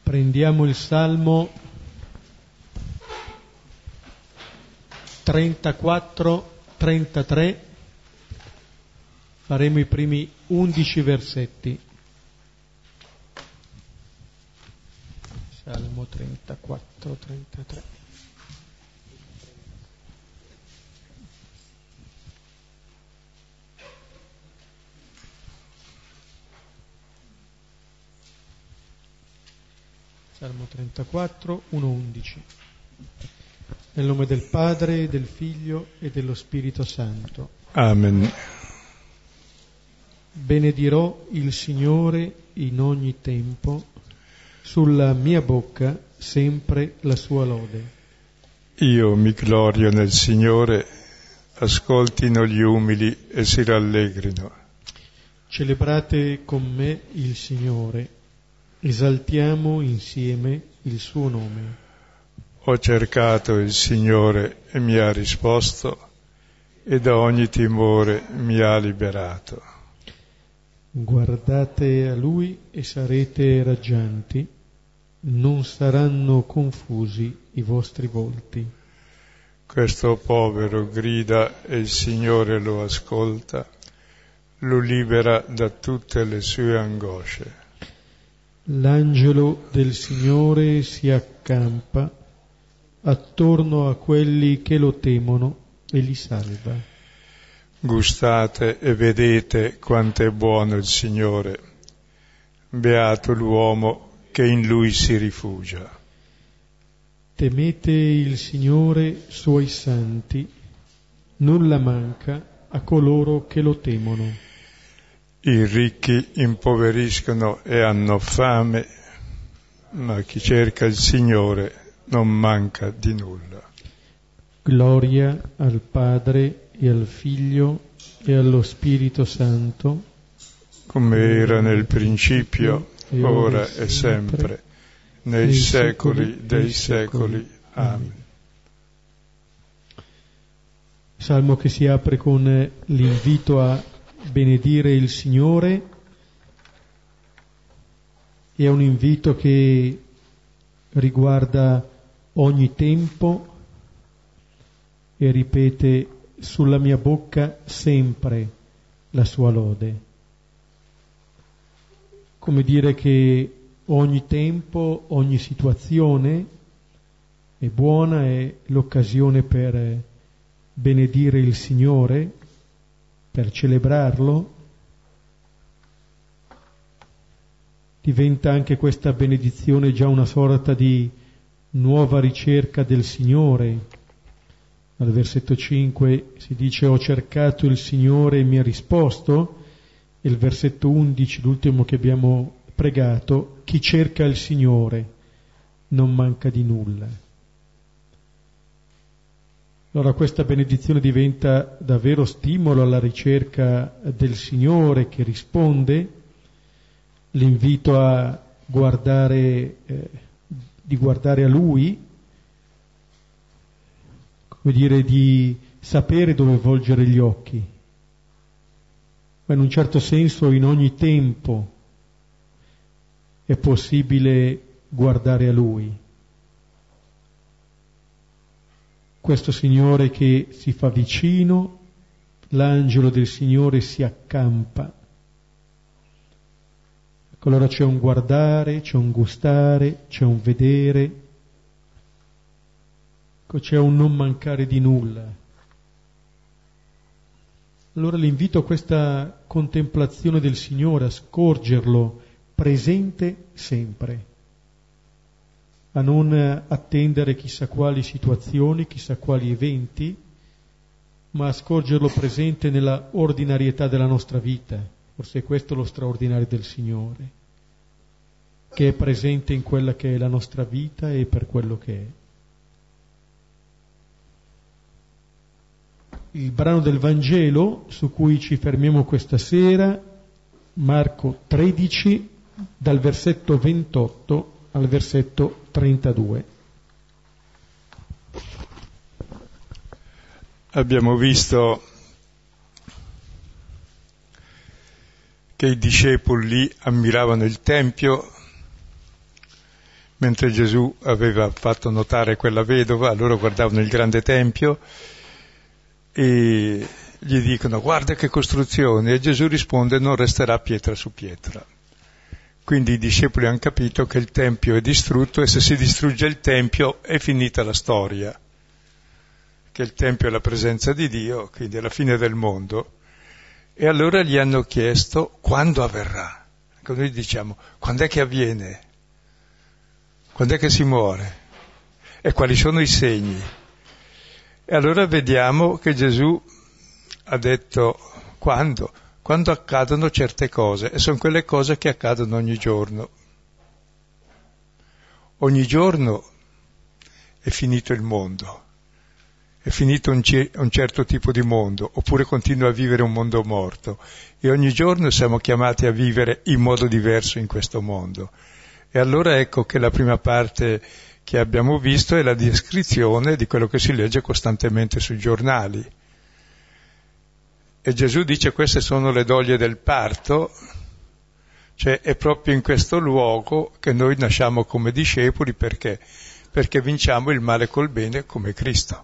Prendiamo il Salmo 34-33, faremo i primi 11 versetti. Salmo 34-33. Salmo 34, 1-11. Nel nome del Padre, del Figlio e dello Spirito Santo. Amen. Benedirò il Signore in ogni tempo, sulla mia bocca sempre la sua lode. Io mi glorio nel Signore, ascoltino gli umili e si rallegrino. Celebrate con me il Signore, esaltiamo insieme il suo nome. Ho cercato il Signore e mi ha risposto, e da ogni timore mi ha liberato. Guardate a Lui e sarete raggianti, non saranno confusi i vostri volti. Questo povero grida e il Signore lo ascolta, lo libera da tutte le sue angosce. L'angelo del Signore si accampa attorno a quelli che lo temono e li salva. Gustate e vedete quanto è buono il Signore. Beato l'uomo che in Lui si rifugia. Temete il Signore, suoi santi, nulla manca a coloro che lo temono. I ricchi impoveriscono e hanno fame, ma chi cerca il Signore non manca di nulla. Gloria al Padre e al Figlio e allo Spirito Santo, come era nel principio, ora e sempre, nei secoli dei secoli. Amen. Salmo che si apre con l'invito a benedire il Signore. È un invito che riguarda ogni tempo e ripete: sulla mia bocca sempre la sua lode. Come dire che ogni tempo, ogni situazione è buona, è l'occasione per benedire il Signore, per celebrarlo. Diventa anche questa benedizione già una sorta di nuova ricerca del Signore. Al versetto 5 si dice: ho cercato il Signore e mi ha risposto, e il versetto 11, l'ultimo che abbiamo pregato: chi cerca il Signore non manca di nulla. Allora questa benedizione diventa davvero stimolo alla ricerca del Signore che risponde, l'invito a guardare, di guardare a Lui, come dire, di sapere dove volgere gli occhi. Ma in un certo senso in ogni tempo è possibile guardare a Lui. Questo Signore che si fa vicino, l'angelo del Signore si accampa. Allora c'è un guardare, c'è un gustare, c'è un vedere, c'è un non mancare di nulla. Allora l'invito a questa contemplazione del Signore, a scorgerlo presente sempre, a non attendere chissà quali situazioni, chissà quali eventi, ma a scorgerlo presente nella ordinarietà della nostra vita. Forse è questo lo straordinario del Signore, che è presente in quella che è la nostra vita e per quello che è. Il brano del Vangelo su cui ci fermiamo questa sera, Marco 13, dal versetto 28 al versetto 32. Abbiamo visto che i discepoli lì ammiravano il Tempio, mentre Gesù aveva fatto notare quella vedova, loro guardavano il grande tempio e gli dicono guarda che costruzione, e Gesù risponde non resterà pietra su pietra. Quindi i discepoli hanno capito che il tempio è distrutto e se si distrugge il tempio è finita la storia, che il tempio è la presenza di Dio, quindi è la fine del mondo. E allora gli hanno chiesto quando avverrà. Noi diciamo quando è che avviene? Quando è che si muore? E quali sono i segni? E allora vediamo che Gesù ha detto quando accadono certe cose, e sono quelle cose che accadono ogni giorno. Ogni giorno è finito il mondo, è finito un certo tipo di mondo, oppure continua a vivere un mondo morto, e ogni giorno siamo chiamati a vivere in modo diverso in questo mondo. E allora ecco che la prima parte che abbiamo visto è la descrizione di quello che si legge costantemente sui giornali. E Gesù dice queste sono le doglie del parto, cioè è proprio in questo luogo che noi nasciamo come discepoli, perché vinciamo il male col bene come Cristo.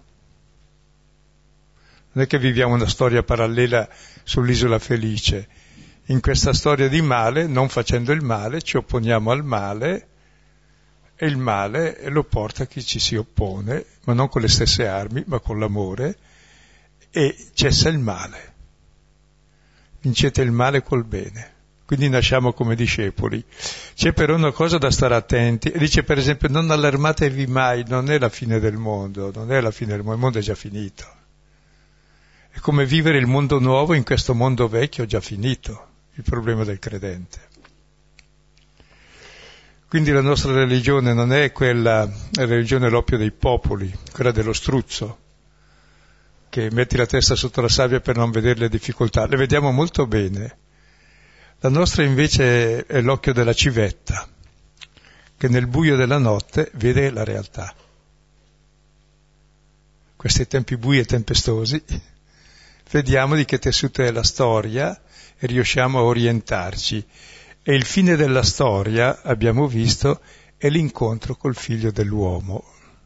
Non è che viviamo una storia parallela sull'isola felice. In questa storia di male, non facendo il male, ci opponiamo al male, e il male lo porta chi ci si oppone, ma non con le stesse armi, ma con l'amore, e cessa il male. Vincete il male col bene. Quindi nasciamo come discepoli. C'è però una cosa da stare attenti, e dice per esempio non allarmatevi mai, non è la fine del mondo, il mondo è già finito. È come vivere il mondo nuovo in questo mondo vecchio già finito, il problema del credente. Quindi la nostra religione non è la religione l'oppio dei popoli, quella dello struzzo, che metti la testa sotto la sabbia per non vedere le difficoltà. Le vediamo molto bene. La nostra invece è l'occhio della civetta, che nel buio della notte vede la realtà. Questi tempi bui e tempestosi, vediamo di che tessuto è la storia e riusciamo a orientarci. E il fine della storia, abbiamo visto, è l'incontro col Figlio dell'uomo.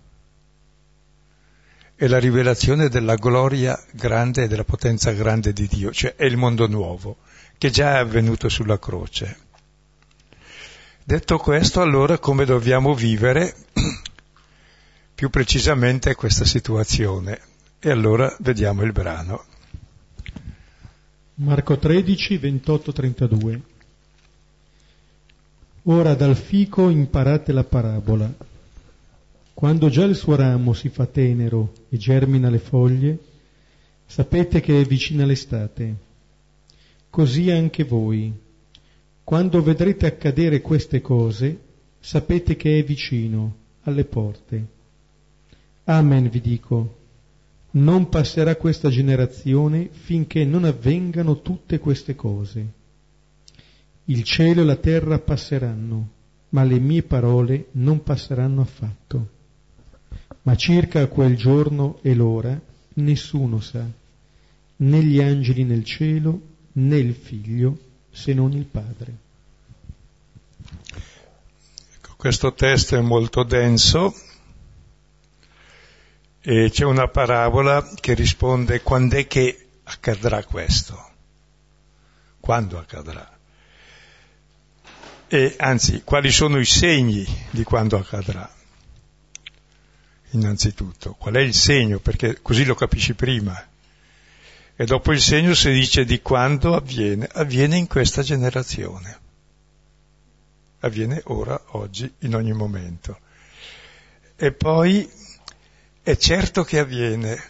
È la rivelazione della gloria grande e della potenza grande di Dio, cioè è il mondo nuovo, che già è avvenuto sulla croce. Detto questo, allora come dobbiamo vivere più precisamente questa situazione? E allora vediamo il brano. Marco 13, 28-32. Ora dal fico imparate la parabola. Quando già il suo ramo si fa tenero e germina le foglie, sapete che è vicina l'estate. Così anche voi, quando vedrete accadere queste cose, sapete che è vicino, alle porte. Amen vi dico, non passerà questa generazione finché non avvengano tutte queste cose. Il cielo e la terra passeranno, ma le mie parole non passeranno affatto. Ma circa quel giorno e l'ora nessuno sa, né gli angeli nel cielo, né il Figlio, se non il Padre. Questo testo è molto denso e c'è una parabola che risponde quando è che accadrà questo? Quando accadrà? E anzi, quali sono i segni di quando accadrà? Innanzitutto, qual è il segno? Perché così lo capisci prima. E dopo il segno si dice di quando avviene. Avviene in questa generazione. Avviene ora, oggi, in ogni momento. E poi è certo che avviene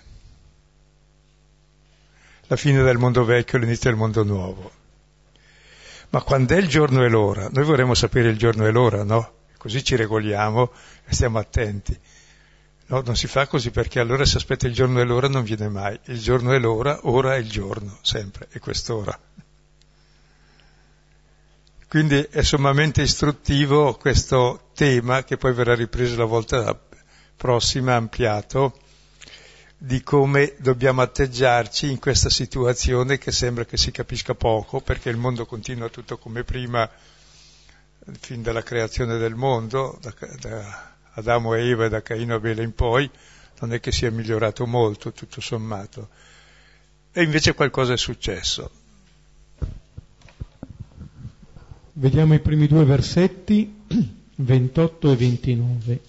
la fine del mondo vecchio e l'inizio del mondo nuovo. Ma quando è il giorno e l'ora? Noi vorremmo sapere il giorno e l'ora, no? Così ci regoliamo e stiamo attenti. No, non si fa così, perché allora se aspetta il giorno e l'ora non viene mai. Il giorno e l'ora, ora è il giorno, sempre, è quest'ora. Quindi è sommamente istruttivo questo tema, che poi verrà ripreso la volta prossima, ampliato, di come dobbiamo atteggiarci in questa situazione che sembra che si capisca poco, perché il mondo continua tutto come prima, fin dalla creazione del mondo, da Adamo e Eva e da Caino e Abele in poi, non è che sia migliorato molto, tutto sommato. E invece qualcosa è successo. Vediamo i primi due versetti, 28 e 29.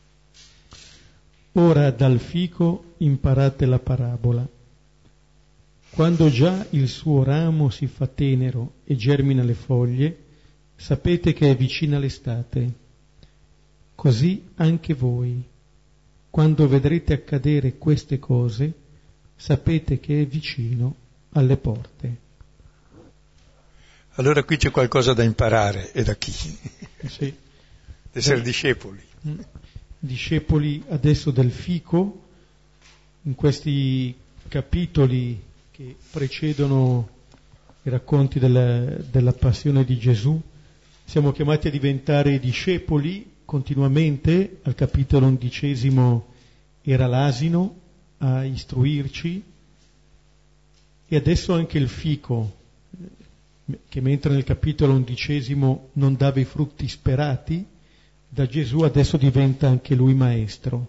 Ora dal fico imparate la parabola. Quando già il suo ramo si fa tenero e germina le foglie, sapete che è vicina l'estate. Così anche voi, quando vedrete accadere queste cose, sapete che è vicino alle porte. Allora qui c'è qualcosa da imparare, e da chi? Sì. Essere discepoli. Discepoli adesso del fico, in questi capitoli che precedono i racconti della passione di Gesù, siamo chiamati a diventare discepoli continuamente. Al capitolo 11 era l'asino a istruirci, e adesso anche il fico, che mentre nel capitolo 11 non dava i frutti sperati da Gesù, adesso diventa anche lui maestro.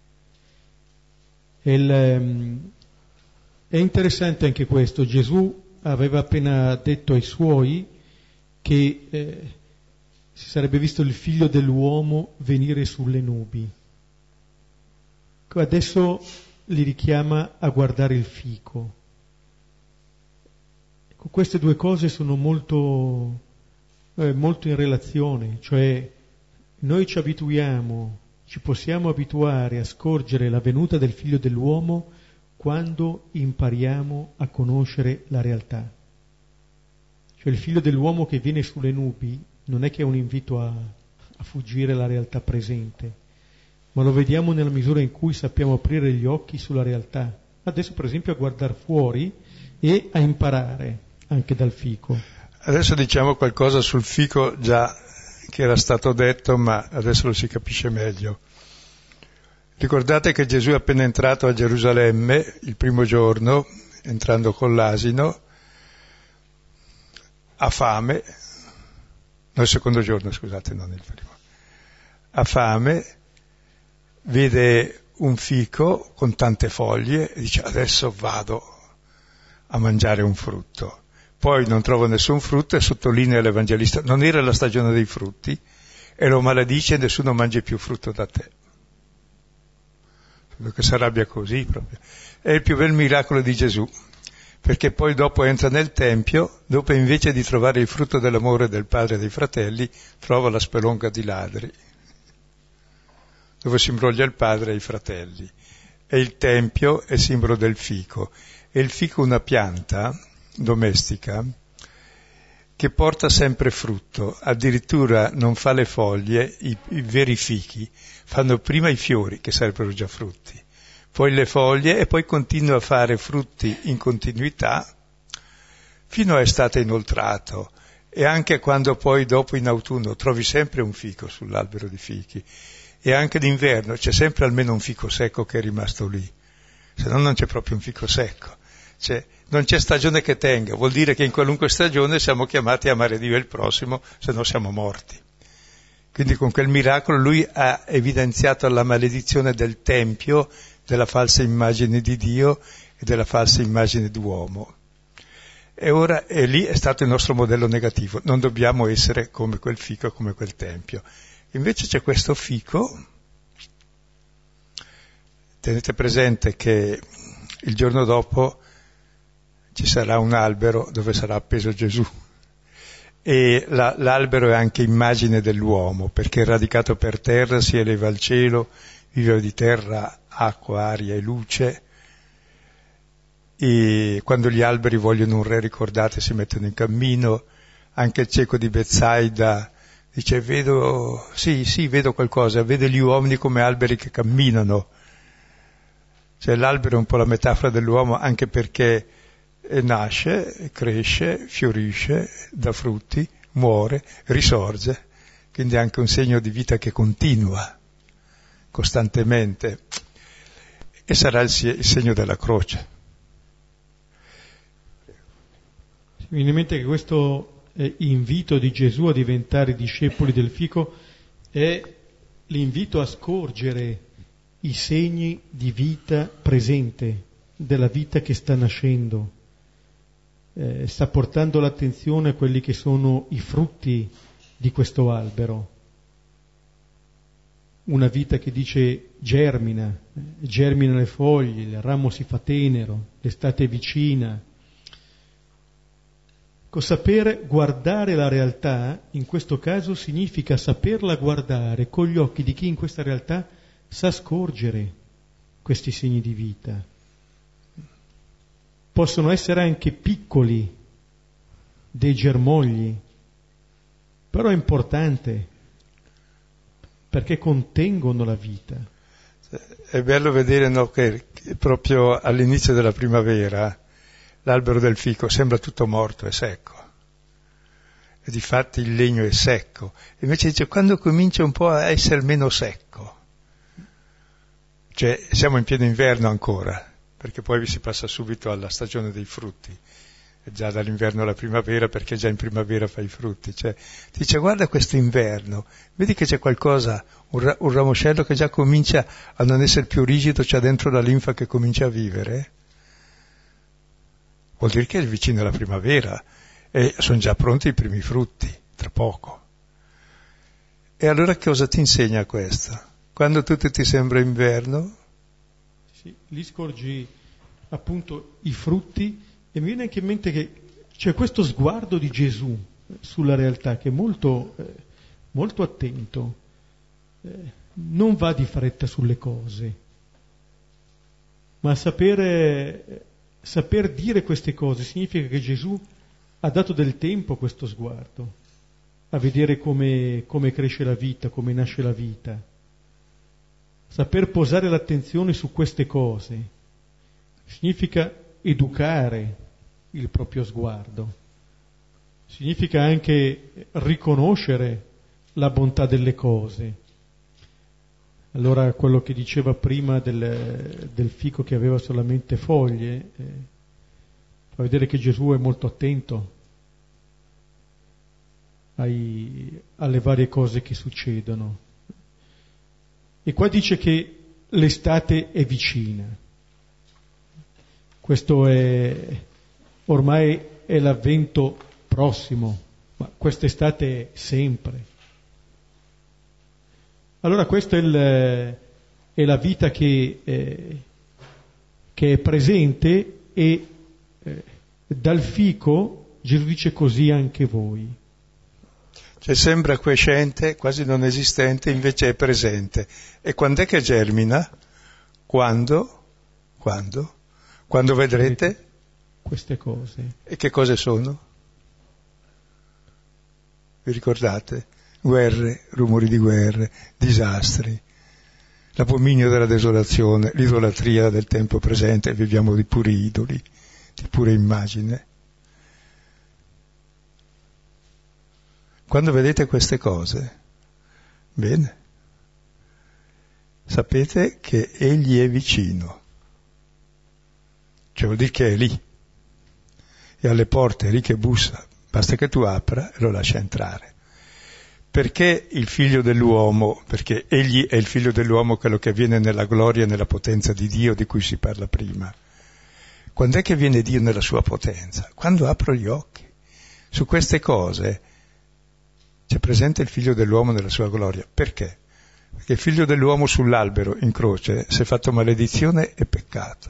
È interessante anche questo. Gesù aveva appena detto ai suoi che si sarebbe visto il figlio dell'uomo venire sulle nubi. Adesso li richiama a guardare il fico. Ecco, queste due cose sono molto in relazione, cioè noi ci possiamo abituare a scorgere la venuta del figlio dell'uomo quando impariamo a conoscere la realtà. Cioè il figlio dell'uomo che viene sulle nubi non è che è un invito a fuggire la realtà presente, ma lo vediamo nella misura in cui sappiamo aprire gli occhi sulla realtà. Adesso per esempio a guardare fuori e a imparare anche dal fico. Adesso diciamo qualcosa sul fico già che era stato detto, ma adesso lo si capisce meglio. Ricordate che Gesù è appena entrato a Gerusalemme il primo giorno, entrando con l'asino, ha fame, no, il secondo giorno, scusate, non il primo, ha fame, vede un fico con tante foglie e dice: adesso vado a mangiare un frutto. Poi non trova nessun frutto e sottolinea l'Evangelista: non era la stagione dei frutti, e lo maledice: nessuno mangi più frutto da te. Credo che si arrabbia così proprio. È il più bel miracolo di Gesù, perché poi dopo entra nel Tempio, dopo invece di trovare il frutto dell'amore del padre e dei fratelli, trova la spelonca di ladri, dove si imbroglia il padre e i fratelli. E il Tempio è simbolo del fico. E il fico è una pianta domestica che porta sempre frutto, addirittura non fa le foglie, i veri fichi fanno prima i fiori, che sarebbero già frutti, poi le foglie, e poi continua a fare frutti in continuità fino a estate inoltrato. E anche quando poi dopo in autunno trovi sempre un fico sull'albero di fichi, e anche d'inverno c'è sempre almeno un fico secco che è rimasto lì, se no non c'è proprio un fico secco. Cioè, non c'è stagione che tenga, vuol dire che in qualunque stagione siamo chiamati a amare Dio e il prossimo, se no siamo morti. Quindi con quel miracolo lui ha evidenziato la maledizione del Tempio, della falsa immagine di Dio e della falsa immagine d'uomo. E ora lì è stato il nostro modello negativo: non dobbiamo essere come quel fico, come quel Tempio. Invece c'è questo fico. Tenete presente che il giorno dopo ci sarà un albero dove sarà appeso Gesù, e l'albero è anche immagine dell'uomo, perché è radicato per terra, si eleva al cielo, vive di terra, acqua, aria e luce. E quando gli alberi vogliono un re, ricordate, si mettono in cammino. Anche il cieco di Betsaida dice: vedo qualcosa, vede gli uomini come alberi che camminano. Cioè l'albero è un po' la metafora dell'uomo, anche perché nasce, cresce, fiorisce, dà frutti, muore, risorge, quindi è anche un segno di vita che continua costantemente, e sarà il segno della croce. Mi viene in mente che questo invito di Gesù a diventare discepoli del fico è l'invito a scorgere i segni di vita presente, della vita che sta nascendo. Sta portando l'attenzione a quelli che sono i frutti di questo albero. Una vita che dice germinano le foglie, il ramo si fa tenero, l'estate è vicina. Saper guardare la realtà, in questo caso, significa saperla guardare con gli occhi di chi in questa realtà sa scorgere questi segni di vita. Possono essere anche piccoli, dei germogli, però è importante, perché contengono la vita. È bello vedere, no, che proprio all'inizio della primavera l'albero del fico sembra tutto morto e secco, e difatti il legno è secco. Invece dice, quando comincia un po' a essere meno secco, cioè siamo in pieno inverno ancora, perché poi si passa subito alla stagione dei frutti, è già dall'inverno alla primavera, perché già in primavera fa i frutti. Cioè, dice, guarda questo inverno, vedi che c'è qualcosa, un ramoscello che già comincia a non essere più rigido, c'è dentro la linfa che comincia a vivere. Vuol dire che è vicino alla primavera e sono già pronti i primi frutti, tra poco. E allora che cosa ti insegna questo? Quando tutto ti sembra inverno? Sì, lì scorgi appunto i frutti, e mi viene anche in mente che c'è questo sguardo di Gesù sulla realtà che è molto, molto attento, non va di fretta sulle cose, ma saper dire queste cose significa che Gesù ha dato del tempo a questo sguardo, a vedere come cresce la vita, come nasce la vita. Saper posare l'attenzione su queste cose significa educare il proprio sguardo, significa anche riconoscere la bontà delle cose. Allora quello che diceva prima del fico che aveva solamente foglie, fa vedere che Gesù è molto attento alle varie cose che succedono. E qua dice che l'estate è vicina. Questo ormai è l'avvento prossimo, ma quest'estate è sempre. Allora questa è la vita che è presente, e dal fico Gesù dice così anche voi. Cioè sembra quiescente, quasi non esistente, invece è presente. E quando è che germina? Quando vedrete queste cose. E che cose sono? Vi ricordate? Guerre, rumori di guerre, disastri, l'abominio della desolazione, l'idolatria del tempo presente, viviamo di puri idoli, di pure immagine. Quando vedete queste cose, bene, sapete che Egli è vicino, cioè vuol dire che è lì, e alle porte è lì che bussa, basta che tu apra e lo lascia entrare. Perché il figlio dell'uomo? Perché egli è il figlio dell'uomo, quello che viene nella gloria e nella potenza di Dio di cui si parla prima. Quando è che viene Dio nella sua potenza? Quando apro gli occhi. Su queste cose c'è presente il figlio dell'uomo nella sua gloria. Perché? Perché il figlio dell'uomo sull'albero in croce si è fatto maledizione e peccato.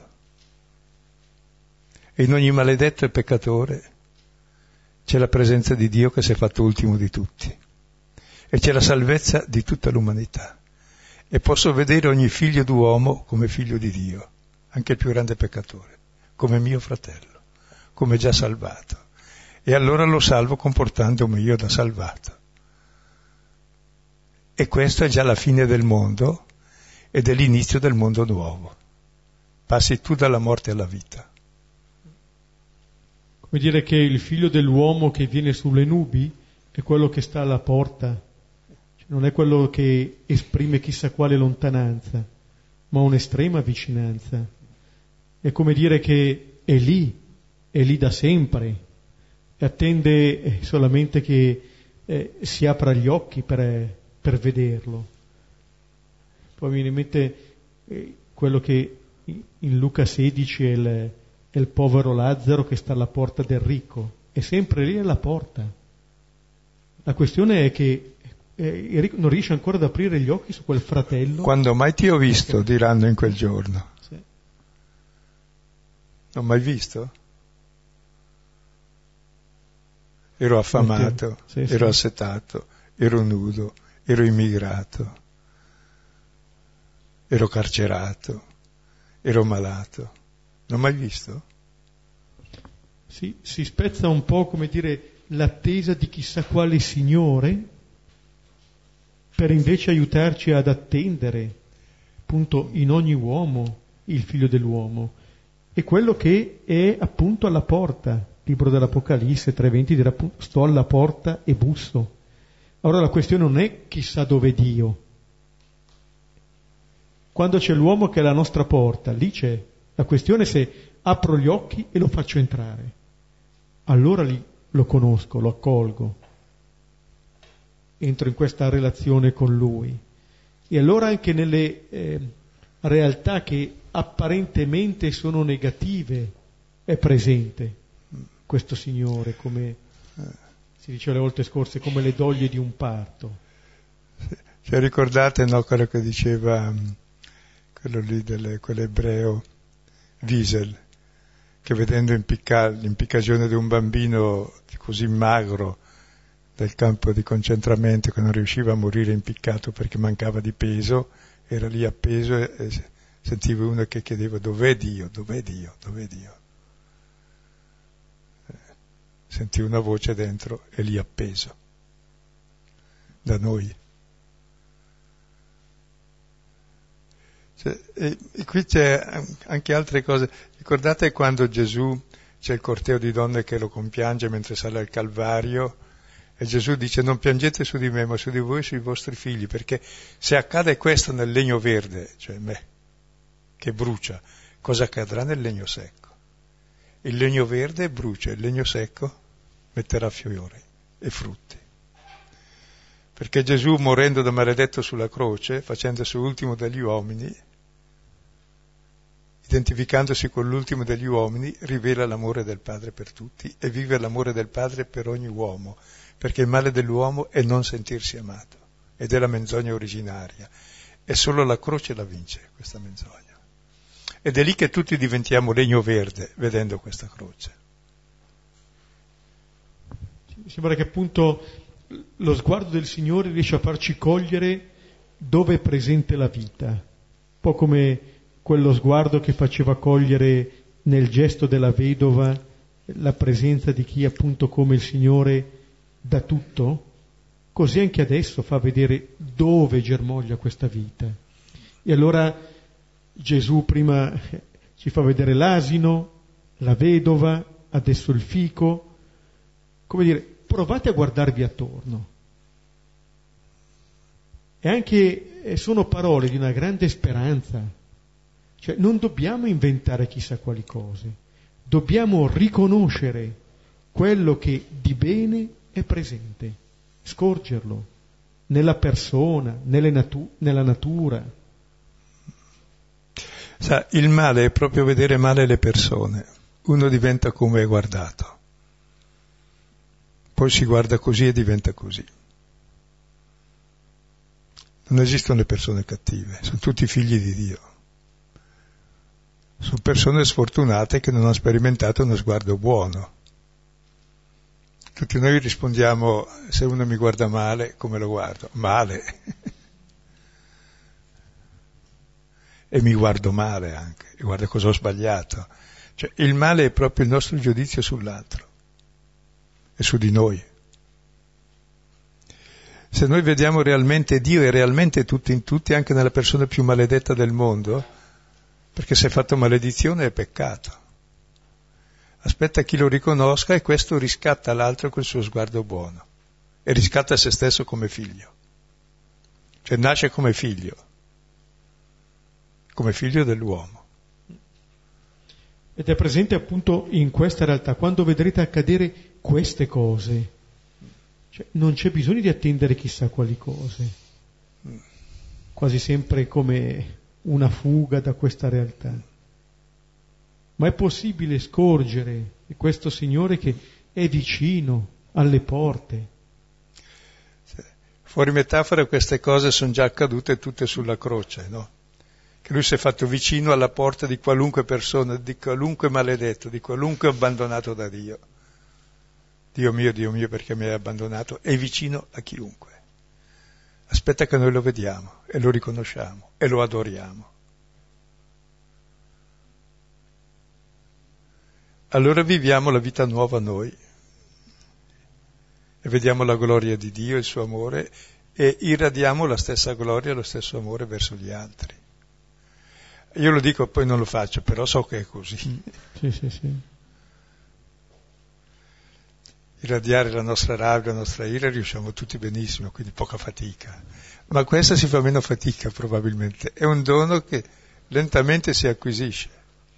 E in ogni maledetto e peccatore c'è la presenza di Dio che si è fatto ultimo di tutti. E c'è la salvezza di tutta l'umanità. E posso vedere ogni figlio d'uomo come figlio di Dio, anche il più grande peccatore, come mio fratello, come già salvato. E allora lo salvo comportandomi io da salvato. E questo è già la fine del mondo ed è l'inizio del mondo nuovo. Passi tu dalla morte alla vita. Come dire che il figlio dell'uomo che viene sulle nubi è quello che sta alla porta, non è quello che esprime chissà quale lontananza, ma un'estrema vicinanza. È come dire che è lì da sempre, attende solamente che si apra gli occhi per vederlo. Poi mi viene in mente quello che in Luca 16 è il povero Lazzaro che sta alla porta del ricco, è sempre lì alla porta. La questione è che il ricco non riesce ancora ad aprire gli occhi su quel fratello. Quando mai ti ho visto, diranno in quel giorno. Sì. Non mai visto? Ero affamato, ero assetato, ero nudo, ero immigrato, ero carcerato, ero malato. Non mai visto? Sì, si spezza un po', come dire, l'attesa di chissà quale Signore per invece aiutarci ad attendere appunto in ogni uomo il Figlio dell'uomo, e quello che è appunto alla porta. Libro dell'Apocalisse 3:20 dirà appunto: sto alla porta e busso. Allora la questione non è chissà dove è Dio. Quando c'è l'uomo che è alla nostra porta, lì c'è. La questione è se apro gli occhi e lo faccio entrare. Allora lì lo conosco, lo accolgo, entro in questa relazione con Lui. E allora anche nelle realtà che apparentemente sono negative è presente questo Signore, come si diceva le volte scorse, come le doglie di un parto. Cioè, ricordate, no, quello che diceva quello lì quell'ebreo Wiesel, che vedendo l'impiccagione di un bambino così magro del campo di concentramento, che non riusciva a morire impiccato perché mancava di peso, era lì appeso e sentivo uno che chiedeva: dov'è Dio, dov'è Dio, dov'è Dio? Sentì una voce dentro: è lì appeso da noi. E qui c'è anche altre cose. Ricordate quando Gesù, c'è il corteo di donne che lo compiange mentre sale al Calvario, e Gesù dice: non piangete su di me, ma su di voi e sui vostri figli, perché se accade questo nel legno verde, cioè me, che brucia, cosa accadrà nel legno secco? Il legno verde brucia, il legno secco metterà fiori e frutti. Perché Gesù, morendo da maledetto sulla croce, facendosi ultimo degli uomini, identificandosi con l'ultimo degli uomini, rivela l'amore del Padre per tutti e vive l'amore del Padre per ogni uomo, perché il male dell'uomo è non sentirsi amato, ed è la menzogna originaria, e solo la croce la vince, questa menzogna. Ed è lì che tutti diventiamo legno verde, vedendo questa croce. Mi sembra che appunto lo sguardo del Signore riesce a farci cogliere dove è presente la vita, un po' come quello sguardo che faceva cogliere nel gesto della vedova la presenza di chi appunto come il Signore dà tutto, così anche adesso fa vedere dove germoglia questa vita. E allora Gesù prima ci fa vedere l'asino, la vedova, adesso il fico. Come dire, provate a guardarvi attorno. E anche sono parole di una grande speranza. Cioè non dobbiamo inventare chissà quali cose, dobbiamo riconoscere quello che di bene è presente, scorgerlo nella persona, nella natura. Sa, il male è proprio vedere male le persone. Uno diventa come è guardato. Poi si guarda così e diventa così. Non esistono le persone cattive, sono tutti figli di Dio. Sono persone sfortunate che non hanno sperimentato uno sguardo buono. Tutti noi rispondiamo: se uno mi guarda male, come lo guardo? Male. E mi guardo male anche, e guarda cosa ho sbagliato. Cioè, il male è proprio il nostro giudizio sull'altro e su di noi. Se noi vediamo realmente Dio e realmente tutto in tutti, anche nella persona più maledetta del mondo, perché se è fatto maledizione è peccato. Aspetta chi lo riconosca e questo riscatta l'altro col suo sguardo buono e riscatta se stesso come figlio. Cioè nasce come figlio dell'uomo. Ed è presente appunto in questa realtà, quando vedrete accadere queste cose. Cioè, non c'è bisogno di attendere chissà quali cose, quasi sempre come una fuga da questa realtà. Ma è possibile scorgere questo Signore che è vicino alle porte. Fuori metafora, queste cose sono già accadute tutte sulla croce, no? Che lui si è fatto vicino alla porta di qualunque persona, di qualunque maledetto, di qualunque abbandonato da Dio. Dio mio, perché mi hai abbandonato? È vicino a chiunque. Aspetta che noi lo vediamo e lo riconosciamo e lo adoriamo. Allora viviamo la vita nuova noi e vediamo la gloria di Dio, il suo amore, e irradiamo la stessa gloria e lo stesso amore verso gli altri. Io lo dico, poi non lo faccio, però so che è così. Sì. Irradiare la nostra rabbia, la nostra ira, riusciamo tutti benissimo, quindi poca fatica. Ma questa si fa meno fatica probabilmente. È un dono che lentamente si acquisisce.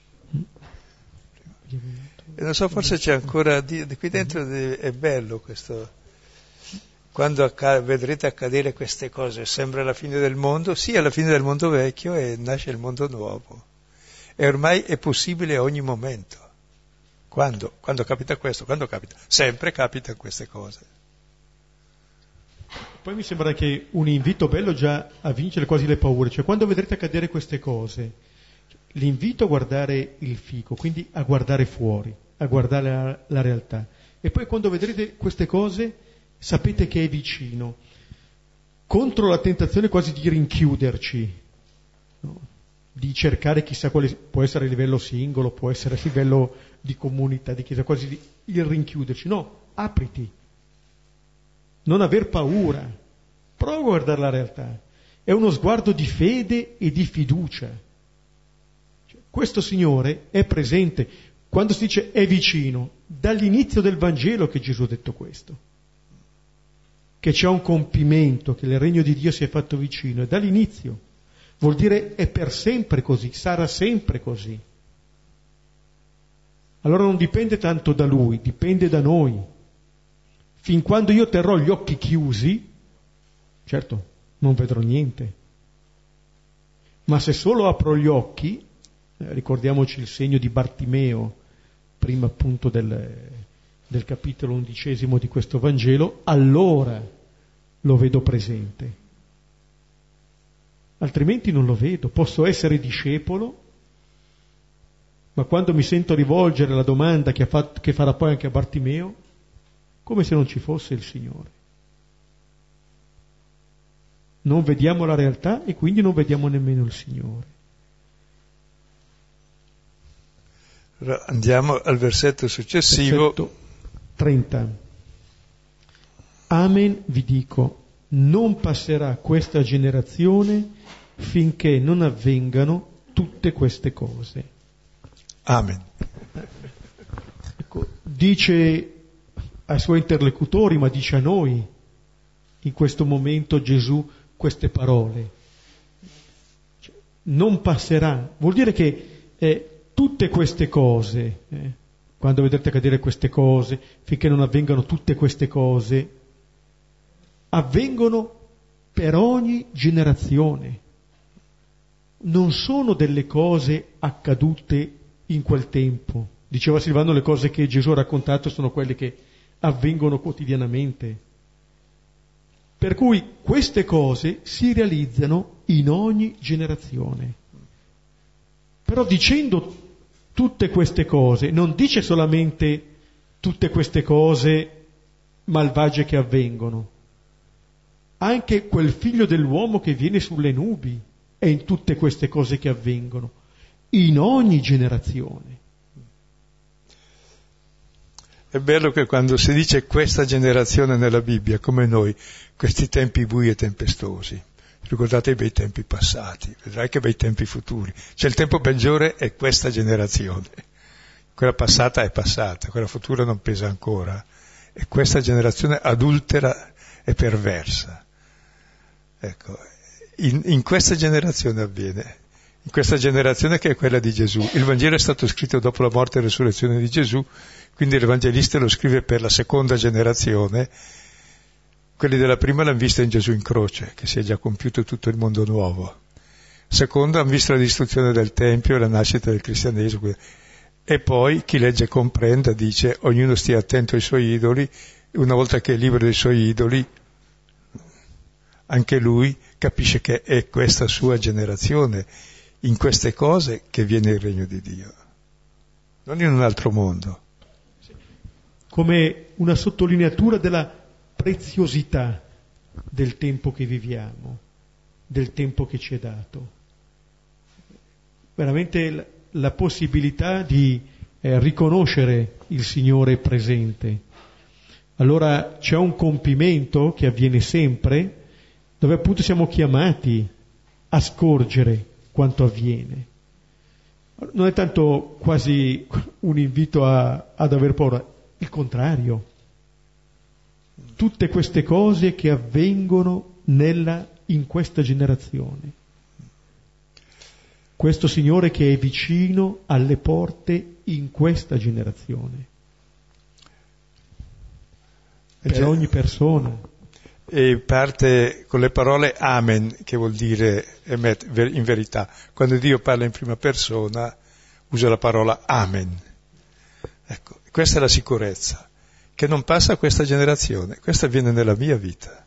E non so, forse c'è ancora qui dentro, è bello questo. Quando vedrete accadere queste cose, sembra la fine del mondo, sì, è la fine del mondo vecchio e nasce il mondo nuovo. E ormai è possibile a ogni momento. Quando capita questo? Quando capita? Sempre capita queste cose. Poi mi sembra che un invito bello già a vincere quasi le paure, cioè quando vedrete accadere queste cose, l'invito a guardare il fico, quindi a guardare fuori, a guardare la realtà. E poi quando vedrete queste cose sapete che è vicino, contro la tentazione quasi di rinchiuderci, no? Di cercare chissà quale, può essere a livello singolo, può essere a livello di comunità, di chiesa, quasi di rinchiuderci. No, apriti, non aver paura, prova a guardare la realtà. È uno sguardo di fede e di fiducia. Cioè, questo Signore è presente. Quando si dice è vicino, dall'inizio del Vangelo che Gesù ha detto questo, che c'è un compimento, che il regno di Dio si è fatto vicino, è dall'inizio. Vuol dire è per sempre così, sarà sempre così. Allora non dipende tanto da Lui, dipende da noi. Fin quando io terrò gli occhi chiusi, certo, non vedrò niente. Ma se solo apro gli occhi, ricordiamoci il segno di Bartimeo, prima appunto del capitolo 11 di questo Vangelo, allora lo vedo presente. Altrimenti non lo vedo. Posso essere discepolo, ma quando mi sento rivolgere la domanda che farà poi anche a Bartimeo, come se non ci fosse il Signore. Non vediamo la realtà e quindi non vediamo nemmeno il Signore. Allora andiamo al versetto successivo. Versetto 30. Amen, vi dico, non passerà questa generazione finché non avvengano tutte queste cose. Amen. Ecco, dice ai suoi interlocutori, ma dice a noi in questo momento Gesù queste parole. Cioè, non passerà, vuol dire che tutte queste cose, quando vedrete accadere queste cose, finché non avvengano tutte queste cose, avvengono per ogni generazione. Non sono delle cose accadute in quel tempo. Diceva Silvano, le cose che Gesù ha raccontato sono quelle che avvengono quotidianamente. Per cui queste cose si realizzano in ogni generazione. Però dicendo tutte queste cose, non dice solamente tutte queste cose malvagie che avvengono. Anche quel figlio dell'uomo che viene sulle nubi è in tutte queste cose che avvengono, in ogni generazione. È bello che quando si dice questa generazione nella Bibbia, come noi, questi tempi bui e tempestosi, ricordate i bei tempi passati, vedrai che bei tempi futuri. Cioè il tempo peggiore è questa generazione, quella passata è passata, quella futura non pesa ancora, e questa generazione adultera e perversa. Ecco, in questa generazione avviene, in questa generazione che è quella di Gesù. Il Vangelo è stato scritto dopo la morte e resurrezione di Gesù, quindi l'Evangelista lo scrive per la seconda generazione. Quelli della prima l'hanno visto in Gesù in croce, che si è già compiuto tutto il mondo nuovo. Secondo, hanno visto la distruzione del Tempio e la nascita del cristianesimo. E poi chi legge e comprende dice: ognuno stia attento ai suoi idoli, una volta che è libero dei suoi idoli, anche lui capisce che è questa sua generazione, in queste cose che viene il regno di Dio, non in un altro mondo. Come una sottolineatura della preziosità del tempo che viviamo, del tempo che ci è dato. Veramente la possibilità di riconoscere il Signore presente. Allora c'è un compimento che avviene sempre, dove appunto siamo chiamati a scorgere quanto avviene. Non è tanto quasi un invito ad aver paura, il contrario. Tutte queste cose che avvengono in questa generazione. Questo Signore che è vicino alle porte in questa generazione. Per ogni persona. E parte con le parole Amen, che vuol dire in verità. Quando Dio parla in prima persona usa la parola Amen. Ecco, questa è la sicurezza, che non passa a questa generazione, questo avviene nella mia vita.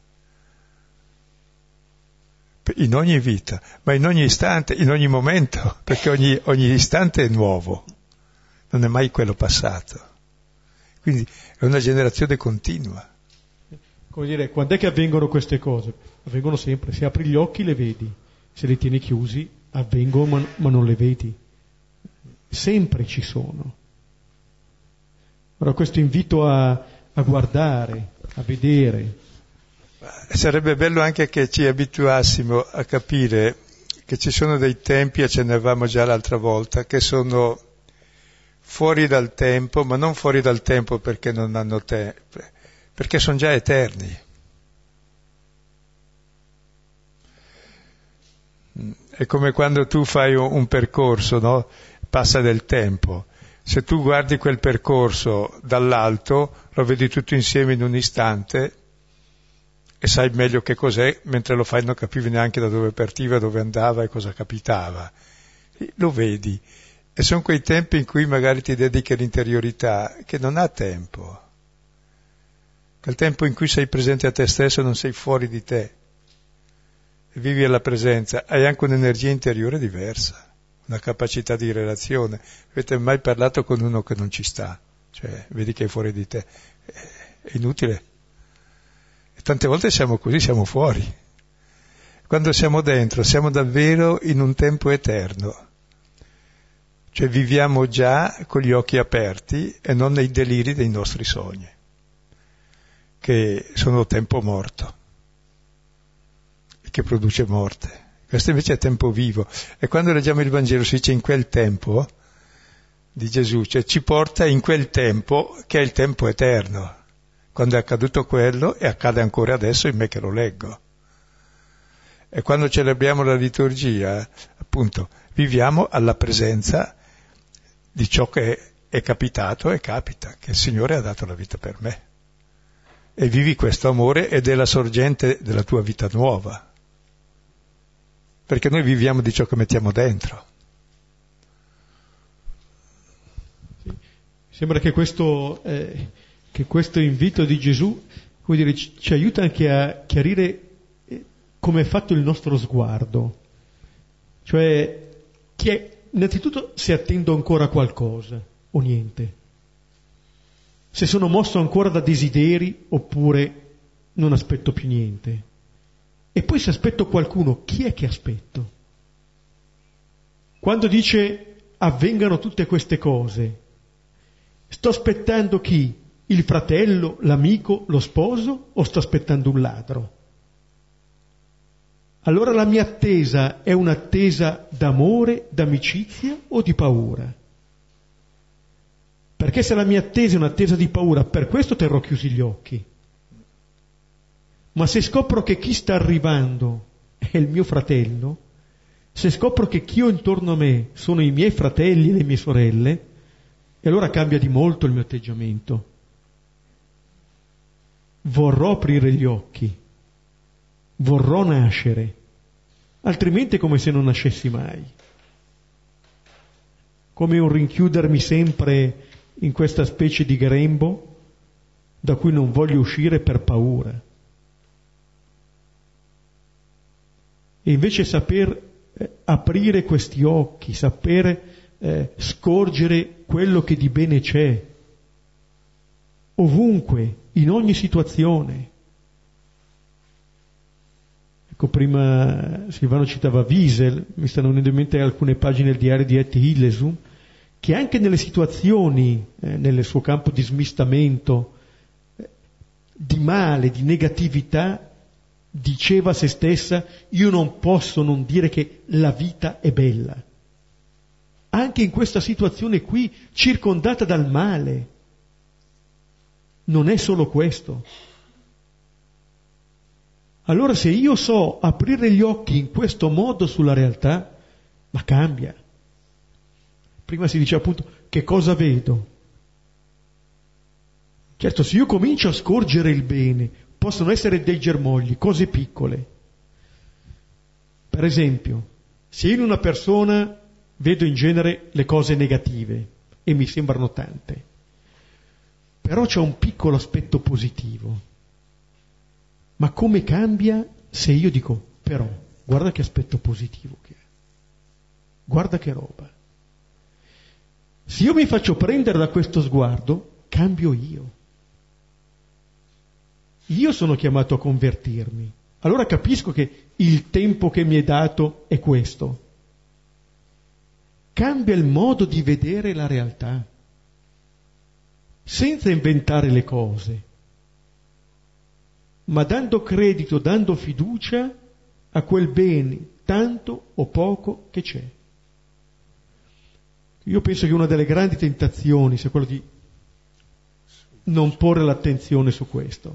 In ogni vita, ma in ogni istante, in ogni momento, perché ogni istante è nuovo, non è mai quello passato. Quindi è una generazione continua. Come dire, quando è che avvengono queste cose? Avvengono sempre, se apri gli occhi le vedi, se li tieni chiusi avvengono ma non le vedi. Sempre ci sono. Allora questo invito a guardare, a vedere. Sarebbe bello anche che ci abituassimo a capire che ci sono dei tempi, accennavamo già l'altra volta, che sono fuori dal tempo, ma non fuori dal tempo perché non hanno tempo, perché sono già eterni. È come quando tu fai un percorso, no? Passa del tempo. Se tu guardi quel percorso dall'alto, lo vedi tutto insieme in un istante e sai meglio che cos'è, mentre lo fai non capivi neanche da dove partiva, dove andava e cosa capitava. Lo vedi. E sono quei tempi in cui magari ti dedichi all'interiorità, che non ha tempo. Quel tempo in cui sei presente a te stesso, non sei fuori di te. E vivi alla presenza, hai anche un'energia interiore diversa, una capacità di relazione. Avete mai parlato con uno che non ci sta? Cioè, vedi che è fuori di te. È inutile. E tante volte siamo così, siamo fuori. Quando siamo dentro, siamo davvero in un tempo eterno. Cioè viviamo già con gli occhi aperti e non nei deliri dei nostri sogni, che sono tempo morto e che produce morte. Questo invece è tempo vivo. E quando leggiamo il Vangelo si dice in quel tempo di Gesù, cioè ci porta in quel tempo che è il tempo eterno, quando è accaduto quello e accade ancora adesso in me che lo leggo. E quando celebriamo la liturgia, appunto, viviamo alla presenza di ciò che è capitato e capita, che il Signore ha dato la vita per me. E vivi questo amore ed è la sorgente della tua vita nuova. Perché noi viviamo di ciò che mettiamo dentro. Sì. Sembra che questo invito di Gesù, come dire, ci aiuta anche a chiarire come è fatto il nostro sguardo. Cioè, innanzitutto se attendo ancora qualcosa o niente. Se sono mosso ancora da desideri oppure non aspetto più niente. E poi se aspetto qualcuno, chi è che aspetto? Quando dice avvengano tutte queste cose, sto aspettando chi? Il fratello, l'amico, lo sposo o sto aspettando un ladro? Allora la mia attesa è un'attesa d'amore, d'amicizia o di paura? Perché se la mia attesa è un'attesa di paura, per questo terrò chiusi gli occhi. Ma se scopro che chi sta arrivando è il mio fratello, se scopro che chi ho intorno a me sono i miei fratelli e le mie sorelle, e allora cambia di molto il mio atteggiamento. Vorrò aprire gli occhi, vorrò nascere, altrimenti è come se non nascessi mai. Come un rinchiudermi sempre in questa specie di grembo da cui non voglio uscire per paura. E invece saper aprire questi occhi, saper scorgere quello che di bene c'è, ovunque, in ogni situazione. Ecco, prima Silvano citava Wiesel, mi stanno venendo in mente alcune pagine del diario di Etty Hillesum, che anche nelle situazioni, nel suo campo di smistamento, di male, di negatività, diceva a se stessa: io non posso non dire che la vita è bella. Anche in questa situazione qui, circondata dal male, non è solo questo. Allora se io so aprire gli occhi in questo modo sulla realtà, ma cambia. Prima si dice appunto che cosa vedo. Certo, se io comincio a scorgere il bene, possono essere dei germogli, cose piccole. Per esempio, se io in una persona vedo in genere le cose negative, e mi sembrano tante, però c'è un piccolo aspetto positivo. Ma come cambia se io dico: però, guarda che aspetto positivo che è, guarda che roba. Se io mi faccio prendere da questo sguardo, cambio io. Io sono chiamato a convertirmi. Allora capisco che il tempo che mi è dato è questo. Cambia il modo di vedere la realtà, senza inventare le cose, ma dando credito, dando fiducia a quel bene, tanto o poco che c'è. Io penso che una delle grandi tentazioni sia quello di non porre l'attenzione su questo,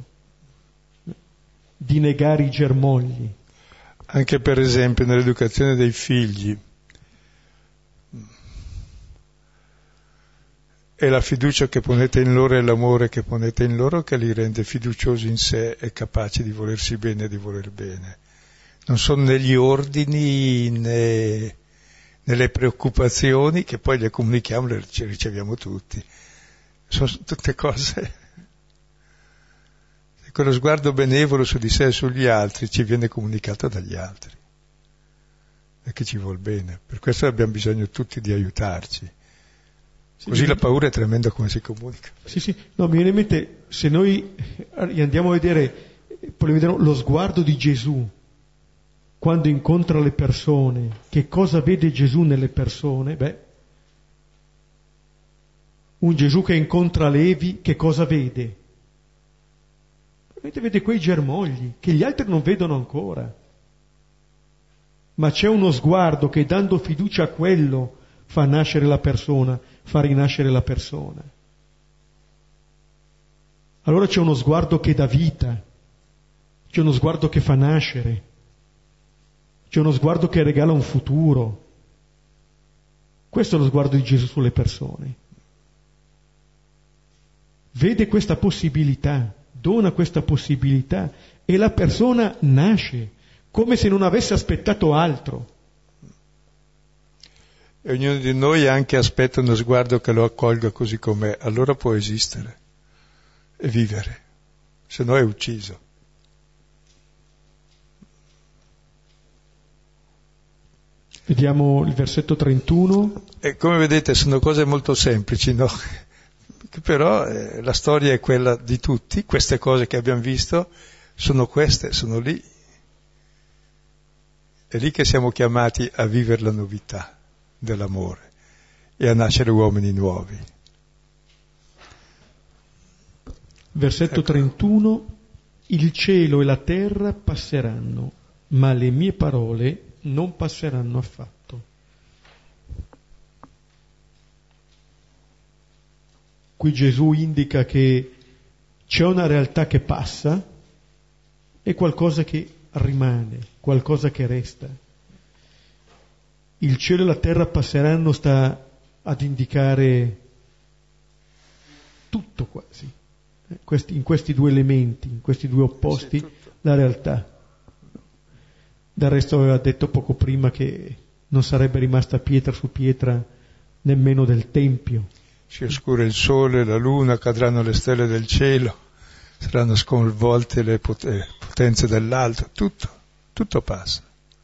di negare i germogli. Anche per esempio nell'educazione dei figli. È la fiducia che ponete in loro e l'amore che ponete in loro che li rende fiduciosi in sé e capaci di volersi bene e di voler bene. Non sono negli ordini né nelle preoccupazioni, che poi le comunichiamo, le riceviamo tutti. Sono tutte cose. E quello sguardo benevolo su di sé e sugli altri ci viene comunicato dagli altri. E che ci vuol bene. Per questo abbiamo bisogno tutti di aiutarci. Sì, così la paura è tremenda come si comunica. Sì. No, mi viene in mente, se noi andiamo a vedere lo sguardo di Gesù quando incontra le persone, che cosa vede Gesù nelle persone? Un Gesù che incontra Levi, che cosa vede? Vede quei germogli che gli altri non vedono ancora. Ma c'è uno sguardo che, dando fiducia a quello, fa nascere la persona, fa rinascere la persona. Allora c'è uno sguardo che dà vita, c'è uno sguardo che fa nascere, c'è uno sguardo che regala un futuro. Questo è lo sguardo di Gesù sulle persone. Vede questa possibilità, dona questa possibilità e la persona nasce come se non avesse aspettato altro. E ognuno di noi anche aspetta uno sguardo che lo accolga così com'è, allora può esistere e vivere, se no è ucciso. Vediamo il versetto 31. E come vedete sono cose molto semplici, no? Però la storia è quella di tutti, queste cose che abbiamo visto sono queste, sono lì. È lì che siamo chiamati a vivere la novità dell'amore e a nascere uomini nuovi. Versetto 31: il cielo e la terra passeranno, ma le mie parole non passeranno affatto. Qui Gesù indica che c'è una realtà che passa e qualcosa che rimane, qualcosa che resta. il cielo e la terra passeranno sta ad indicare tutto quasi, in questi due elementi, in questi due opposti, la realtà. Del resto aveva detto poco prima che non sarebbe rimasta pietra su pietra nemmeno del Tempio. Si oscura il sole, la luna, cadranno le stelle del cielo, saranno sconvolte le potenze dell'alto, tutto passa.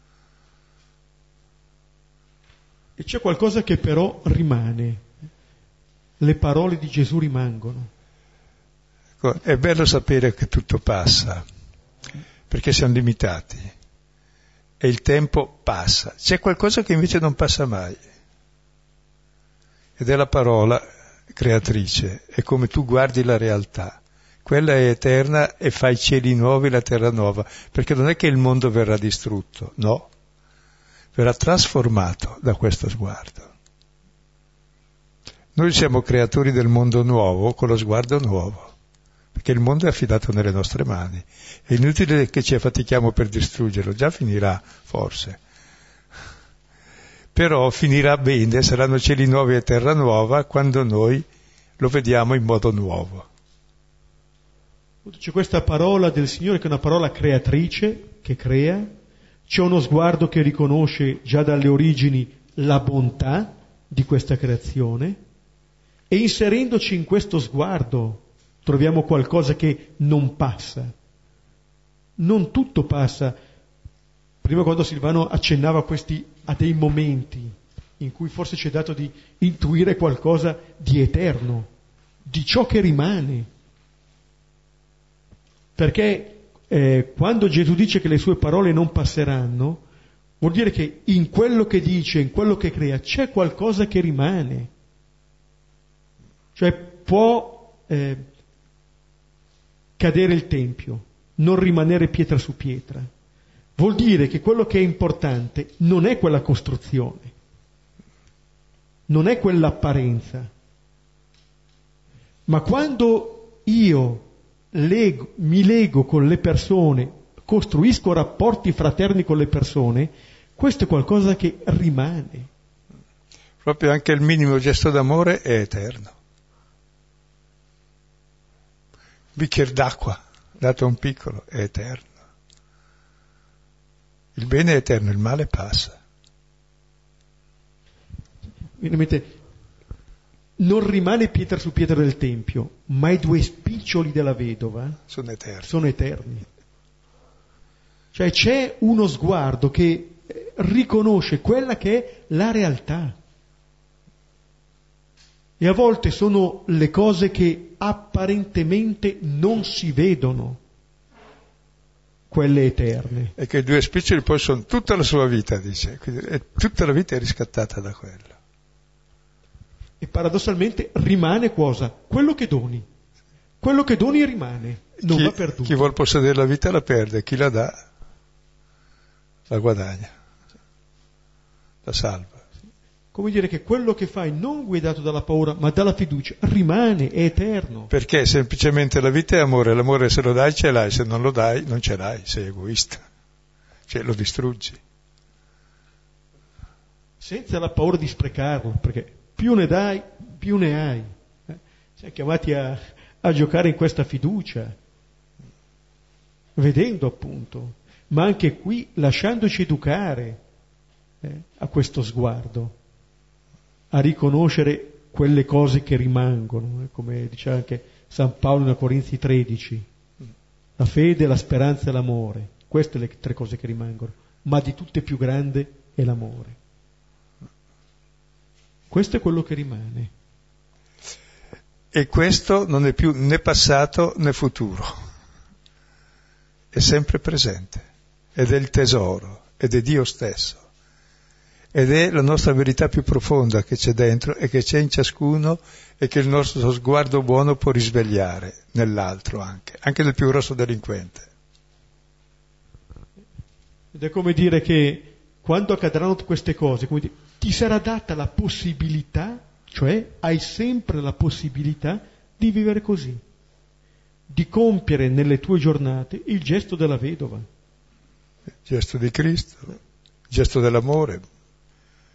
E c'è qualcosa che però rimane, le parole di Gesù rimangono. È bello sapere che tutto passa, perché siamo limitati e il tempo passa. C'è qualcosa che invece non passa mai, ed è la parola creatrice, è come tu guardi la realtà. Quella è eterna e fa i cieli nuovi e la terra nuova, perché non è che il mondo verrà distrutto, no, verrà trasformato da questo sguardo. Noi siamo creatori del mondo nuovo con lo sguardo nuovo, perché il mondo è affidato nelle nostre mani. È inutile che ci affatichiamo per distruggerlo, già finirà forse. Però finirà bene, saranno cieli nuovi e terra nuova quando noi lo vediamo in modo nuovo. C'è questa parola del Signore che è una parola creatrice, che crea, c'è uno sguardo che riconosce già dalle origini la bontà di questa creazione, e inserendoci in questo sguardo troviamo qualcosa che non passa. Non tutto passa. Prima, quando Silvano accennava a dei momenti in cui forse ci è dato di intuire qualcosa di eterno, di ciò che rimane. Perché quando Gesù dice che le sue parole non passeranno, vuol dire che in quello che dice, in quello che crea, c'è qualcosa che rimane. Cioè può cadere il Tempio, non rimanere pietra su pietra. Vuol dire che quello che è importante non è quella costruzione, non è quell'apparenza, ma quando io mi lego con le persone, costruisco rapporti fraterni con le persone, questo è qualcosa che rimane. Proprio anche il minimo gesto d'amore è eterno. Un bicchiere d'acqua dato a un piccolo è eterno. Il bene è eterno, il male passa. Non rimane pietra su pietra del Tempio, ma i due spiccioli della vedova sono eterni. Cioè c'è uno sguardo che riconosce quella che è la realtà. E a volte sono le cose che apparentemente non si vedono, quelle eterne. E che i due spiccioli poi sono tutta la sua vita, dice, e tutta la vita è riscattata da quello. E paradossalmente rimane cosa? Quello che doni. Quello che doni rimane, non va perduto. Chi vuol possedere la vita la perde, chi la dà la guadagna, la salva. Come dire che quello che fai non guidato dalla paura, ma dalla fiducia, rimane, è eterno. Perché semplicemente la vita è amore, l'amore se lo dai ce l'hai, se non lo dai non ce l'hai, sei egoista, cioè lo distruggi. Senza la paura di sprecarlo, perché più ne dai, più ne hai. Siamo chiamati a giocare in questa fiducia, vedendo appunto, ma anche qui lasciandoci educare a questo sguardo, a riconoscere quelle cose che rimangono, come diceva anche San Paolo in Corinzi 13, la fede, la speranza e l'amore, queste le tre cose che rimangono, ma di tutte più grande è l'amore. Questo è quello che rimane. E questo non è più né passato né futuro, è sempre presente, ed è il tesoro, ed è Dio stesso. Ed è la nostra verità più profonda che c'è dentro e che c'è in ciascuno e che il nostro sguardo buono può risvegliare nell'altro anche nel più grosso delinquente. Ed è come dire che quando accadranno queste cose, come dire, ti sarà data la possibilità, cioè hai sempre la possibilità di vivere così, di compiere nelle tue giornate il gesto della vedova. Il gesto di Cristo, il gesto dell'amore.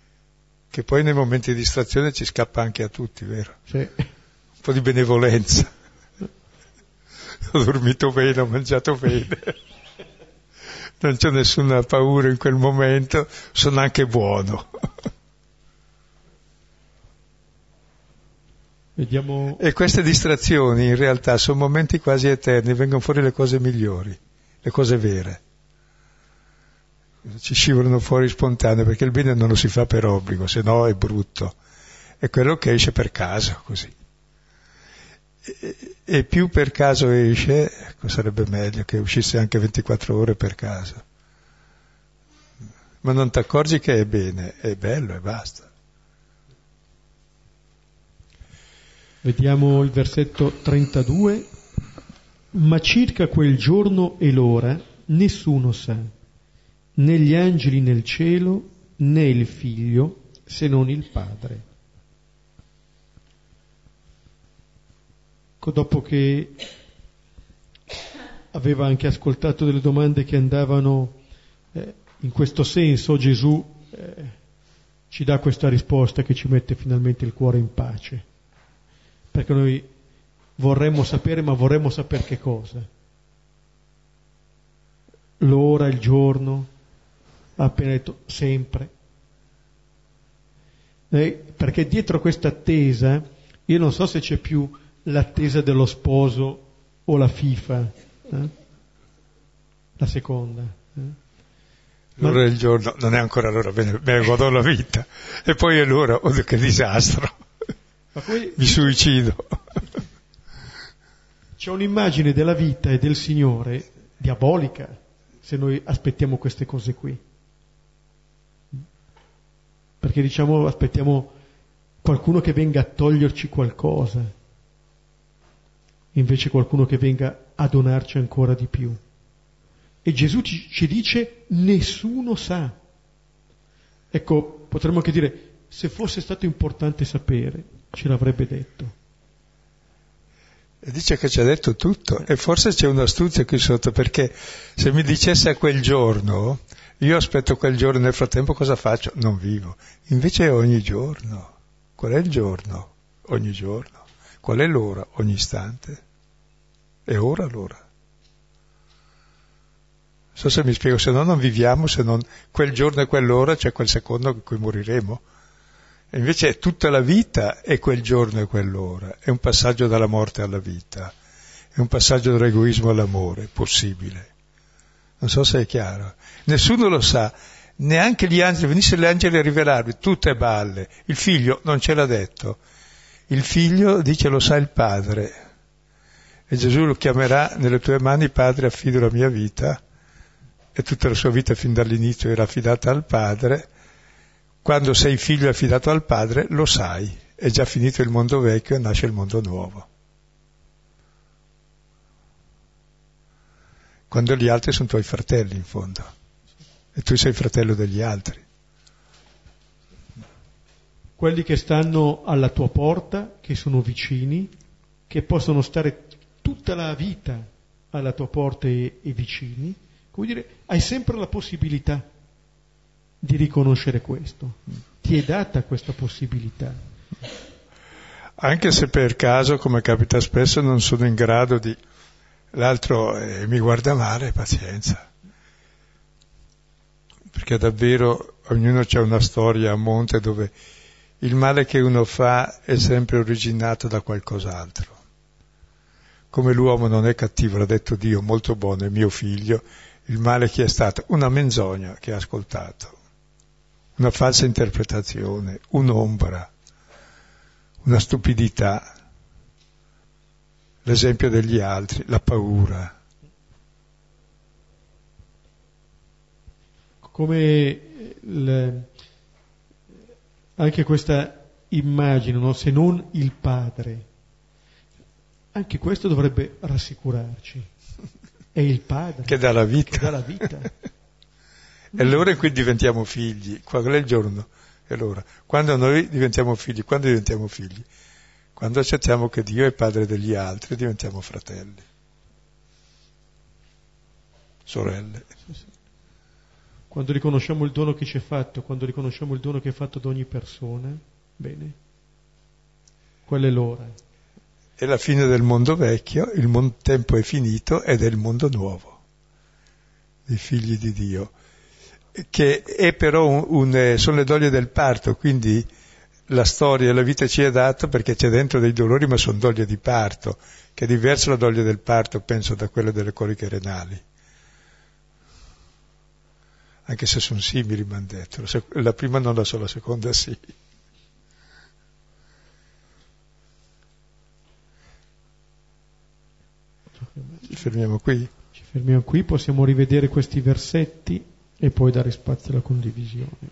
che poi nei momenti di distrazione ci scappa anche a tutti, vero? Sì. Un po' di benevolenza. Ho dormito bene, ho mangiato bene, non c'è nessuna paura in quel momento, sono anche buono. Vediamo. E queste distrazioni in realtà sono momenti quasi eterni, vengono fuori le cose migliori, le cose vere. Ci scivolano fuori spontanee, perché il bene non lo si fa per obbligo, se no è brutto. È quello che esce per caso, così. E più per caso esce, ecco, sarebbe meglio che uscisse anche 24 ore per caso. Ma non ti accorgi che è bene, è bello e basta. Vediamo il versetto 32. Ma circa quel giorno e l'ora nessuno sa, né gli angeli nel cielo, né il Figlio, se non il Padre. Dopo che aveva anche ascoltato delle domande che andavano in questo senso, Gesù ci dà questa risposta che ci mette finalmente il cuore in pace, perché noi vorremmo sapere, ma vorremmo sapere che cosa? L'ora, il giorno, ha appena detto sempre. Perché dietro questa attesa, io non so se c'è più l'attesa dello sposo o la FIFA, la seconda. L'ora del giorno non è ancora l'ora, bene, me ne godo la vita, e poi è l'ora, oddio che disastro, ma poi mi suicido. C'è un'immagine della vita e del Signore diabolica se noi aspettiamo queste cose qui, perché diciamo aspettiamo qualcuno che venga a toglierci qualcosa, invece qualcuno che venga a donarci ancora di più. E Gesù ci dice nessuno sa. Ecco, potremmo anche dire, se fosse stato importante sapere, ce l'avrebbe detto. E dice che ci ha detto tutto, e forse c'è un'astuzia qui sotto, perché se mi dicesse a quel giorno, io aspetto quel giorno, nel frattempo cosa faccio? Non vivo. Invece è ogni giorno. Qual è il giorno? Ogni giorno. Qual è l'ora? Ogni istante. È ora l'ora. Non so se mi spiego, se no non viviamo, se non quel giorno e quell'ora, c'è quel secondo in cui moriremo. E invece è tutta la vita è quel giorno e quell'ora, è un passaggio dalla morte alla vita, è un passaggio dall'egoismo all'amore, possibile. Non so se è chiaro. Nessuno lo sa, neanche gli angeli, venissero gli angeli a rivelarvi, tutte balle. Il figlio non ce l'ha detto, il figlio dice lo sa il padre. E Gesù lo chiamerà: nelle tue mani, Padre, affido la mia vita. E tutta la sua vita fin dall'inizio era affidata al Padre. Quando sei figlio affidato al Padre, lo sai, è già finito il mondo vecchio e nasce il mondo nuovo. Quando gli altri sono tuoi fratelli, in fondo, e tu sei fratello degli altri. Quelli che stanno alla tua porta, che sono vicini, che possono stare tutta la vita alla tua porta e vicini, come dire, hai sempre la possibilità di riconoscere questo. Ti è data questa possibilità. Anche se per caso, come capita spesso, non sono in grado di... L'altro mi guarda male, pazienza. Perché davvero ognuno c'ha una storia a monte dove il male che uno fa è sempre originato da qualcos'altro. Come l'uomo non è cattivo, l'ha detto Dio, molto buono, è mio figlio, il male che è stato? Una menzogna che ha ascoltato, una falsa interpretazione, un'ombra, una stupidità, l'esempio degli altri, la paura. Come anche questa immagine, no? Se non il Padre, anche questo dovrebbe rassicurarci. È il Padre che dà la vita. Che dà la vita. È l'ora in cui diventiamo figli. Qual è il giorno? È l'ora. Quando noi diventiamo figli? Quando diventiamo figli? Quando accettiamo che Dio è padre degli altri, diventiamo fratelli, sorelle. Quando riconosciamo il dono che ci è fatto, quando riconosciamo il dono che è fatto ad ogni persona, bene, quella è l'ora. È la fine del mondo vecchio, il tempo è finito ed è il mondo nuovo, dei figli di Dio, che è però sono le doglie del parto, quindi la storia e la vita ci è data perché c'è dentro dei dolori, ma sono doglie di parto, che è diversa la doglia del parto, penso, da quella delle coliche renali. Anche se sono simili, mi hanno detto. La prima non la so, la seconda sì. Ci fermiamo qui? Ci fermiamo qui, possiamo rivedere questi versetti e poi dare spazio alla condivisione.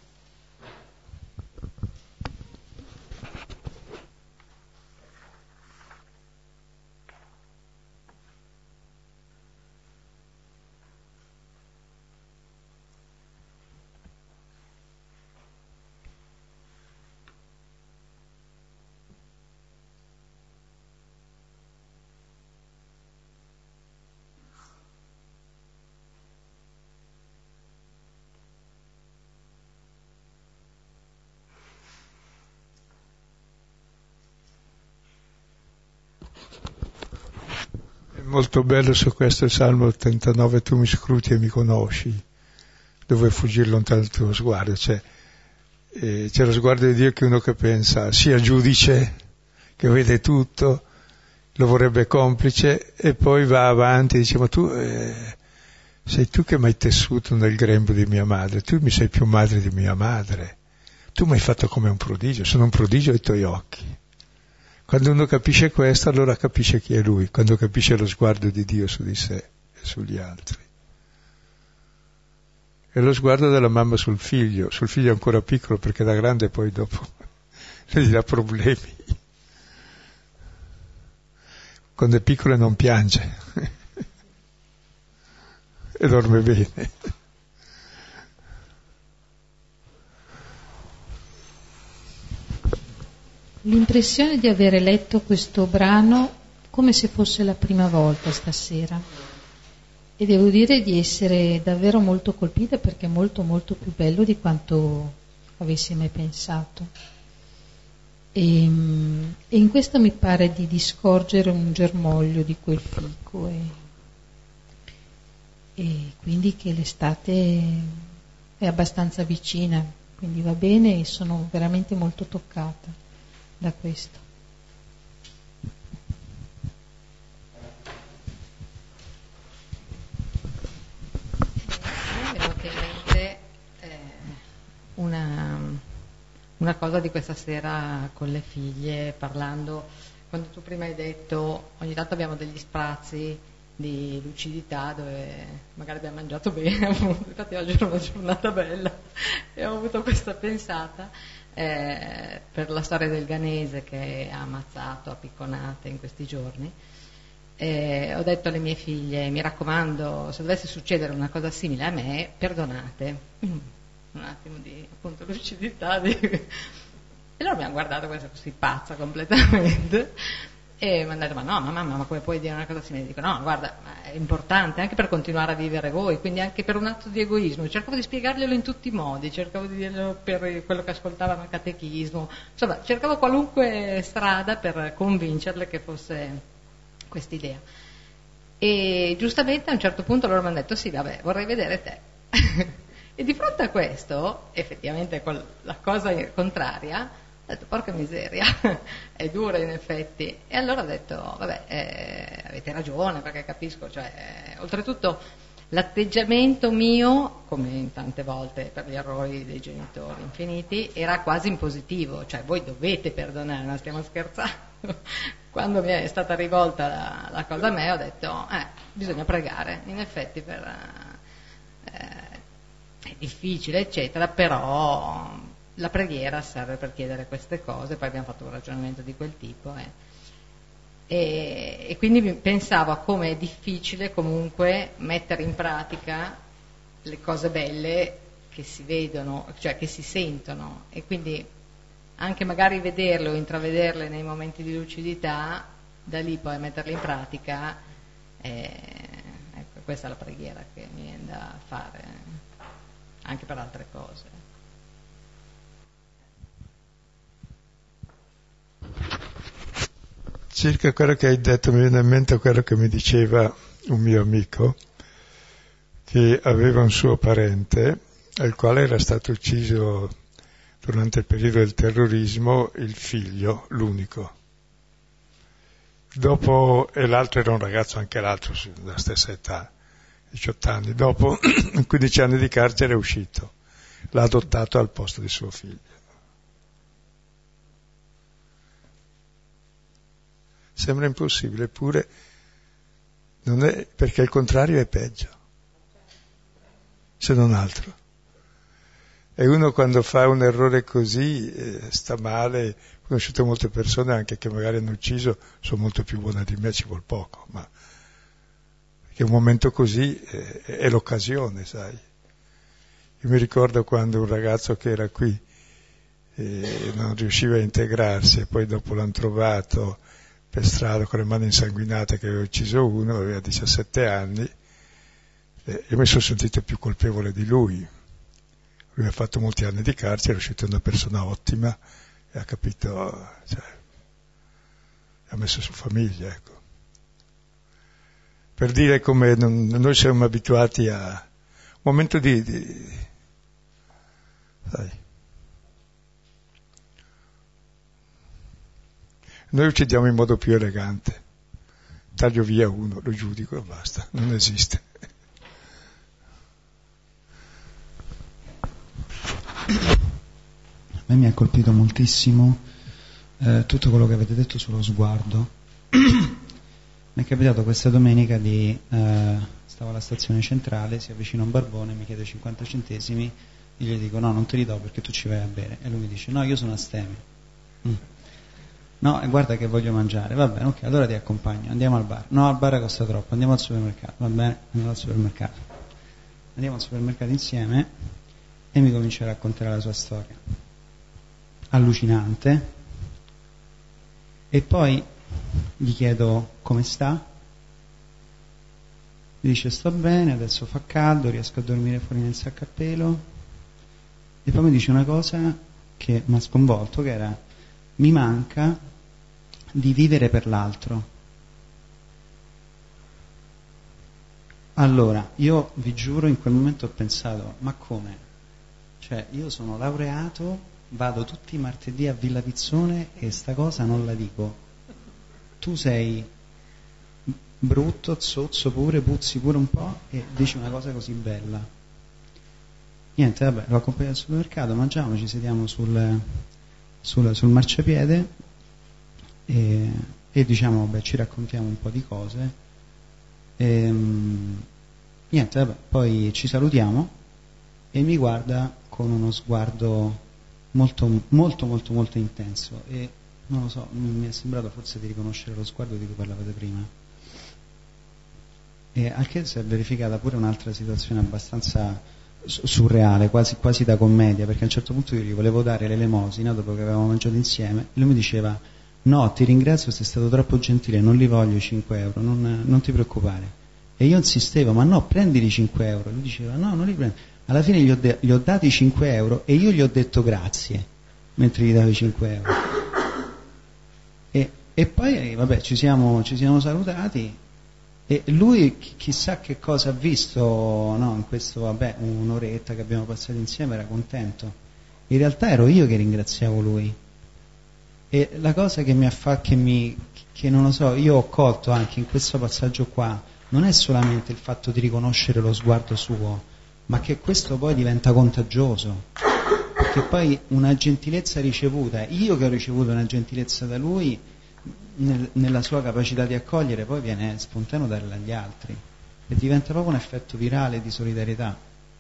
Molto bello su questo il Salmo 89, tu mi scruti e mi conosci, dove fuggire lontano dal tuo sguardo, c'è lo sguardo di Dio che uno che pensa sia giudice, che vede tutto, lo vorrebbe complice e poi va avanti e dice ma tu sei tu che mi hai tessuto nel grembo di mia madre, tu mi sei più madre di mia madre, tu mi hai fatto come un prodigio, sono un prodigio ai tuoi occhi. Quando uno capisce questo, allora capisce chi è lui, quando capisce lo sguardo di Dio su di sé e sugli altri. È lo sguardo della mamma sul figlio ancora piccolo, perché da grande poi dopo gli dà problemi. Quando è piccolo non piange e dorme bene. L'impressione di avere letto questo brano come se fosse la prima volta stasera e devo dire di essere davvero molto colpita perché è molto molto più bello di quanto avessi mai pensato e in questo mi pare di discorgere un germoglio di quel fico e quindi che l'estate è abbastanza vicina, quindi va bene e sono veramente molto toccata da questo. Mi è venuta in mente una cosa di questa sera con le figlie, parlando, quando tu prima hai detto ogni tanto abbiamo degli sprazzi di lucidità dove magari abbiamo mangiato bene, infatti oggi era una giornata bella e ho avuto questa pensata per la storia del ghanese che ha ammazzato a picconate in questi giorni. Ho detto alle mie figlie, mi raccomando, se dovesse succedere una cosa simile a me, perdonate. Un attimo di appunto lucidità e loro mi hanno guardato così pazza completamente e mi hanno detto ma no mamma, ma come puoi dire una cosa simile? Dico no, guarda, è importante anche per continuare a vivere voi, quindi anche per un atto di egoismo. Cercavo di spiegarglielo in tutti i modi, cercavo di dirlo per quello che ascoltavano al catechismo, insomma cercavo qualunque strada per convincerle che fosse quest'idea. E giustamente a un certo punto loro mi hanno detto sì vabbè, vorrei vedere te. E di fronte a questo, effettivamente con la cosa contraria, ho detto porca miseria, è dura in effetti. E allora ho detto vabbè, avete ragione perché capisco, cioè oltretutto l'atteggiamento mio, come in tante volte per gli errori dei genitori infiniti, era quasi impositivo, cioè voi dovete perdonare, ma stiamo scherzando. Quando mi è stata rivolta la cosa a me ho detto bisogna pregare, in effetti è difficile eccetera, però la preghiera serve per chiedere queste cose. Poi abbiamo fatto un ragionamento di quel tipo e quindi pensavo a come è difficile comunque mettere in pratica le cose belle che si vedono, cioè che si sentono, e quindi anche magari vederle o intravederle nei momenti di lucidità, da lì poi metterle in pratica. Ecco, questa è la preghiera che mi viene da fare anche per altre cose. Circa quello che hai detto, mi viene in mente quello che mi diceva un mio amico, che aveva un suo parente, al quale era stato ucciso durante il periodo del terrorismo il figlio, l'unico. Dopo, e l'altro era un ragazzo, anche l'altro, della stessa età, 18 anni. Dopo 15 anni di carcere è uscito. L'ha adottato al posto di suo figlio. Sembra impossibile, eppure non è, perché il contrario è peggio, se non altro. E uno quando fa un errore così sta male. Ho conosciuto molte persone anche che magari hanno ucciso, sono molto più buone di me, ci vuol poco, ma perché un momento così è l'occasione, sai. Io mi ricordo quando un ragazzo che era qui non riusciva a integrarsi e poi dopo l'hanno trovato per strada con le mani insanguinate che aveva ucciso uno, aveva 17 anni, io mi sono sentito più colpevole di lui. Lui ha fatto molti anni di carcere, è uscito una persona ottima e ha capito, cioè, ha messo su famiglia, ecco. Per dire come noi siamo abituati a un momento sai, noi uccidiamo in modo più elegante, taglio via uno, lo giudico e basta, non esiste. A me mi ha colpito moltissimo tutto quello che avete detto sullo sguardo. Mi è capitato questa domenica stavo alla stazione centrale, si avvicina un barbone, mi chiede 50 centesimi, io gli dico no, non te li do perché tu ci vai a bere, e lui mi dice no, io sono astemio. No, e guarda che voglio mangiare. Va bene, ok, allora ti accompagno, andiamo al bar. No, al bar costa troppo, andiamo al supermercato. Va bene, andiamo al supermercato. Andiamo al supermercato insieme e mi comincia a raccontare la sua storia. Allucinante. E poi gli chiedo come sta. Mi dice sto bene, adesso fa caldo, riesco a dormire fuori nel sacco a pelo. E poi mi dice una cosa che mi ha sconvolto, che era: mi manca di vivere per l'altro. Allora, io vi giuro, in quel momento ho pensato, ma come? Cioè, io sono laureato, vado tutti i martedì a Villa Pizzone e sta cosa non la dico. Tu sei brutto, zozzo pure, puzzi pure un po' e dici una cosa così bella. Niente, vabbè, lo accompagno al supermercato, mangiamo, ci sediamo sul marciapiede e diciamo, vabbè, ci raccontiamo un po' di cose e niente, vabbè, poi ci salutiamo e mi guarda con uno sguardo molto molto molto molto intenso e non lo so, mi è sembrato forse di riconoscere lo sguardo di cui parlavate prima, e anche se è verificata pure un'altra situazione abbastanza surreale, quasi da commedia, perché a un certo punto io gli volevo dare l'elemosina dopo che avevamo mangiato insieme e lui mi diceva no, ti ringrazio, sei stato troppo gentile, non li voglio i 5 euro, non ti preoccupare. E io insistevo, ma no, prendili 5 euro. Lui diceva no, non li prendo. Alla fine gli ho dati 5 euro e io gli ho detto grazie mentre gli davo i 5 euro. E poi vabbè, ci siamo salutati e lui chissà che cosa ha visto, no, in questo, vabbè, un'oretta che abbiamo passato insieme, era contento. In realtà ero io che ringraziavo lui. E la cosa che mi ha fatto, che non lo so, io ho colto anche in questo passaggio qua, non è solamente il fatto di riconoscere lo sguardo suo, ma che questo poi diventa contagioso, perché poi una gentilezza ricevuta, io che ho ricevuto una gentilezza da lui, nella sua capacità di accogliere, poi viene spontaneo darla agli altri e diventa proprio un effetto virale di solidarietà.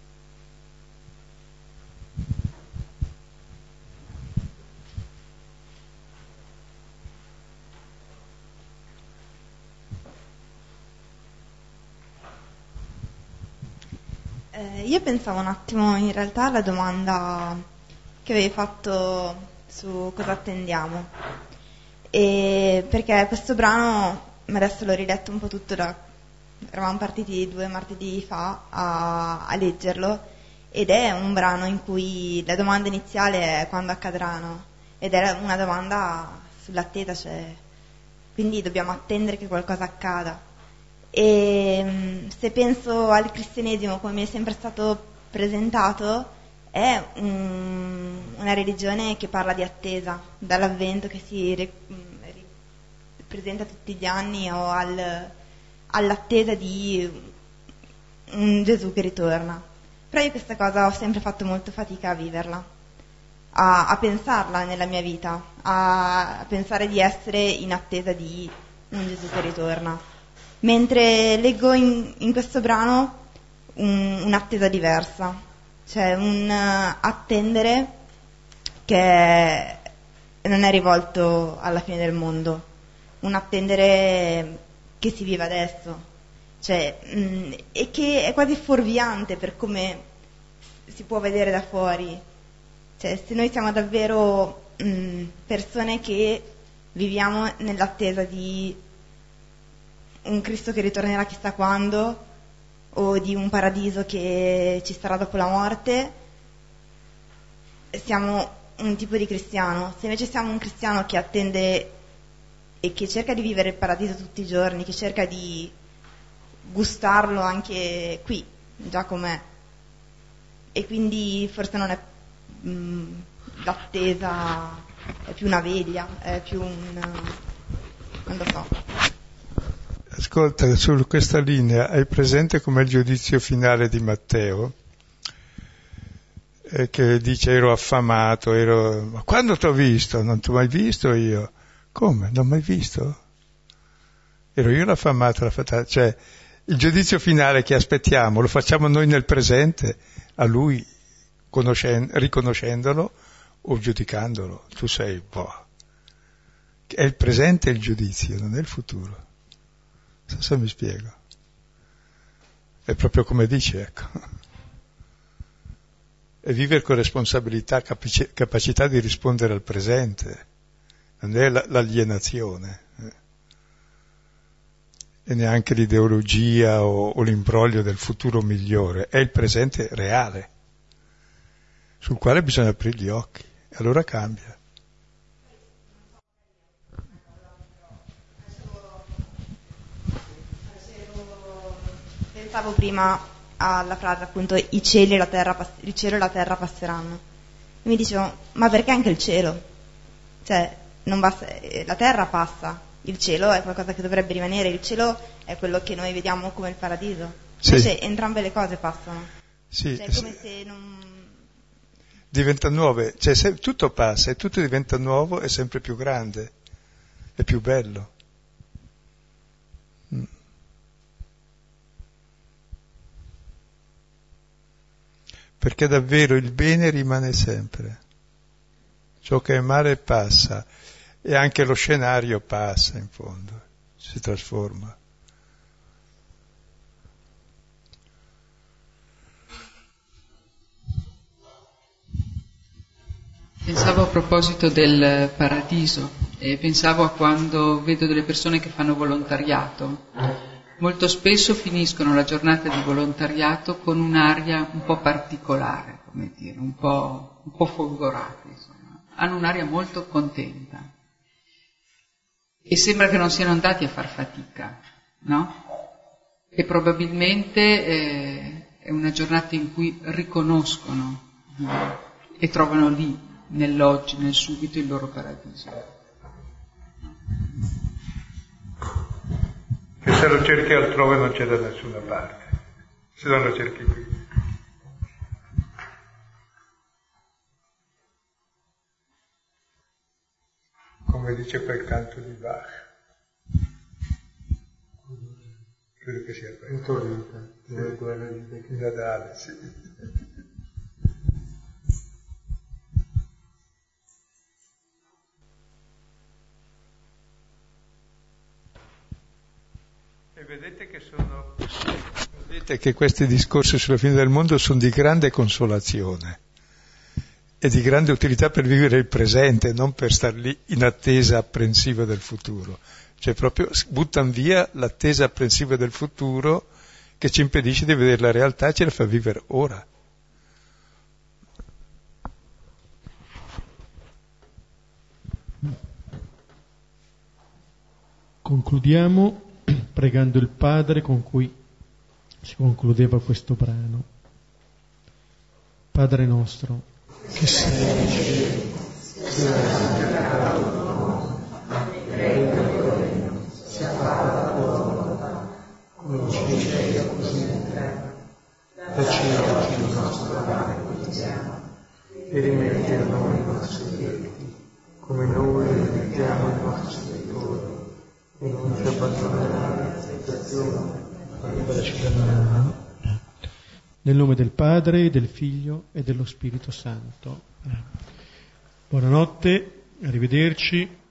Io pensavo un attimo in realtà alla domanda che avevi fatto su cosa attendiamo, e perché questo brano, adesso l'ho riletto un po' tutto, eravamo partiti 2 martedì fa a leggerlo ed è un brano in cui la domanda iniziale è quando accadranno, ed è una domanda sull'attesa, cioè, quindi dobbiamo attendere che qualcosa accada. E se penso al cristianesimo come mi è sempre stato presentato, è una religione che parla di attesa, dall'avvento che si presenta tutti gli anni o all'attesa di un Gesù che ritorna. Però io questa cosa ho sempre fatto molto fatica a viverla, a pensarla nella mia vita, a pensare di essere in attesa di un Gesù che ritorna, mentre leggo in questo brano un'attesa diversa, cioè un attendere che non è rivolto alla fine del mondo, un attendere che si vive adesso, cioè, e che è quasi fuorviante per come si può vedere da fuori. Cioè, se noi siamo davvero persone che viviamo nell'attesa di un Cristo che ritornerà chissà quando, o di un paradiso che ci sarà dopo la morte, siamo un tipo di cristiano. Se invece siamo un cristiano che attende e che cerca di vivere il paradiso tutti i giorni, che cerca di gustarlo anche qui, già com'è, e quindi forse non è l'attesa, è più una veglia, è più non lo so. Ascolta, su questa linea hai presente com'è il giudizio finale di Matteo? Che dice ero affamato, ma quando t'ho visto? Non t'ho mai visto io. Come? Non mai visto? Ero io l'affamato, cioè il giudizio finale che aspettiamo lo facciamo noi nel presente, a lui riconoscendolo o giudicandolo. Tu sei, è il presente il giudizio, non è il futuro. Non so se mi spiego. È proprio come dice, ecco. E vivere con responsabilità, capacità di rispondere al presente, non è l'alienazione, e neanche l'ideologia o l'imbroglio del futuro migliore, è il presente reale, sul quale bisogna aprire gli occhi, e allora cambia. Pensavo prima alla frase appunto il cielo e la terra passeranno, e mi dicevo, ma perché anche il cielo? Cioè, non basta, la terra passa, il cielo è qualcosa che dovrebbe rimanere, il cielo è quello che noi vediamo come il paradiso, invece entrambe le cose passano, sì, cioè è come se non diventa nuove, cioè se tutto passa e tutto diventa nuovo, è sempre più grande, è più bello. Perché davvero il bene rimane sempre. Ciò che è male passa, e anche lo scenario passa in fondo, si trasforma. Pensavo a proposito del paradiso e pensavo a quando vedo delle persone che fanno volontariato. Molto spesso finiscono la giornata di volontariato con un'aria un po' particolare, come dire, un po' folgorata, insomma. Hanno un'aria molto contenta e sembra che non siano andati a far fatica, no? E probabilmente è una giornata in cui riconoscono e trovano lì, nell'oggi, nel subito, il loro paradiso. Che se lo cerchi altrove non c'è da nessuna parte, se non lo cerchi qui. Come dice quel canto di Bach. Credo che sia questo. Di Natale, sì. Vedete che questi discorsi sulla fine del mondo sono di grande consolazione e di grande utilità per vivere il presente, non per star lì in attesa apprensiva del futuro. Cioè proprio buttano via l'attesa apprensiva del futuro che ci impedisce di vedere la realtà e ce la fa vivere ora. concludiamo pregando il Padre con cui si concludeva questo brano. Padre nostro, che sei in cielo, sia santificato il tuo nome, venga il tuo regno, sia fatta la tua volontà, come in cielo così in terra. Dacci oggi il nostro pane quotidiano e rimetti a noi i nostri debiti, come noi rimettiamo ai nostri debitori, e non ci abbandonare alla tentazione, ma liberaci dal male. Nel nome del Padre, del Figlio e dello Spirito Santo. Buonanotte, arrivederci.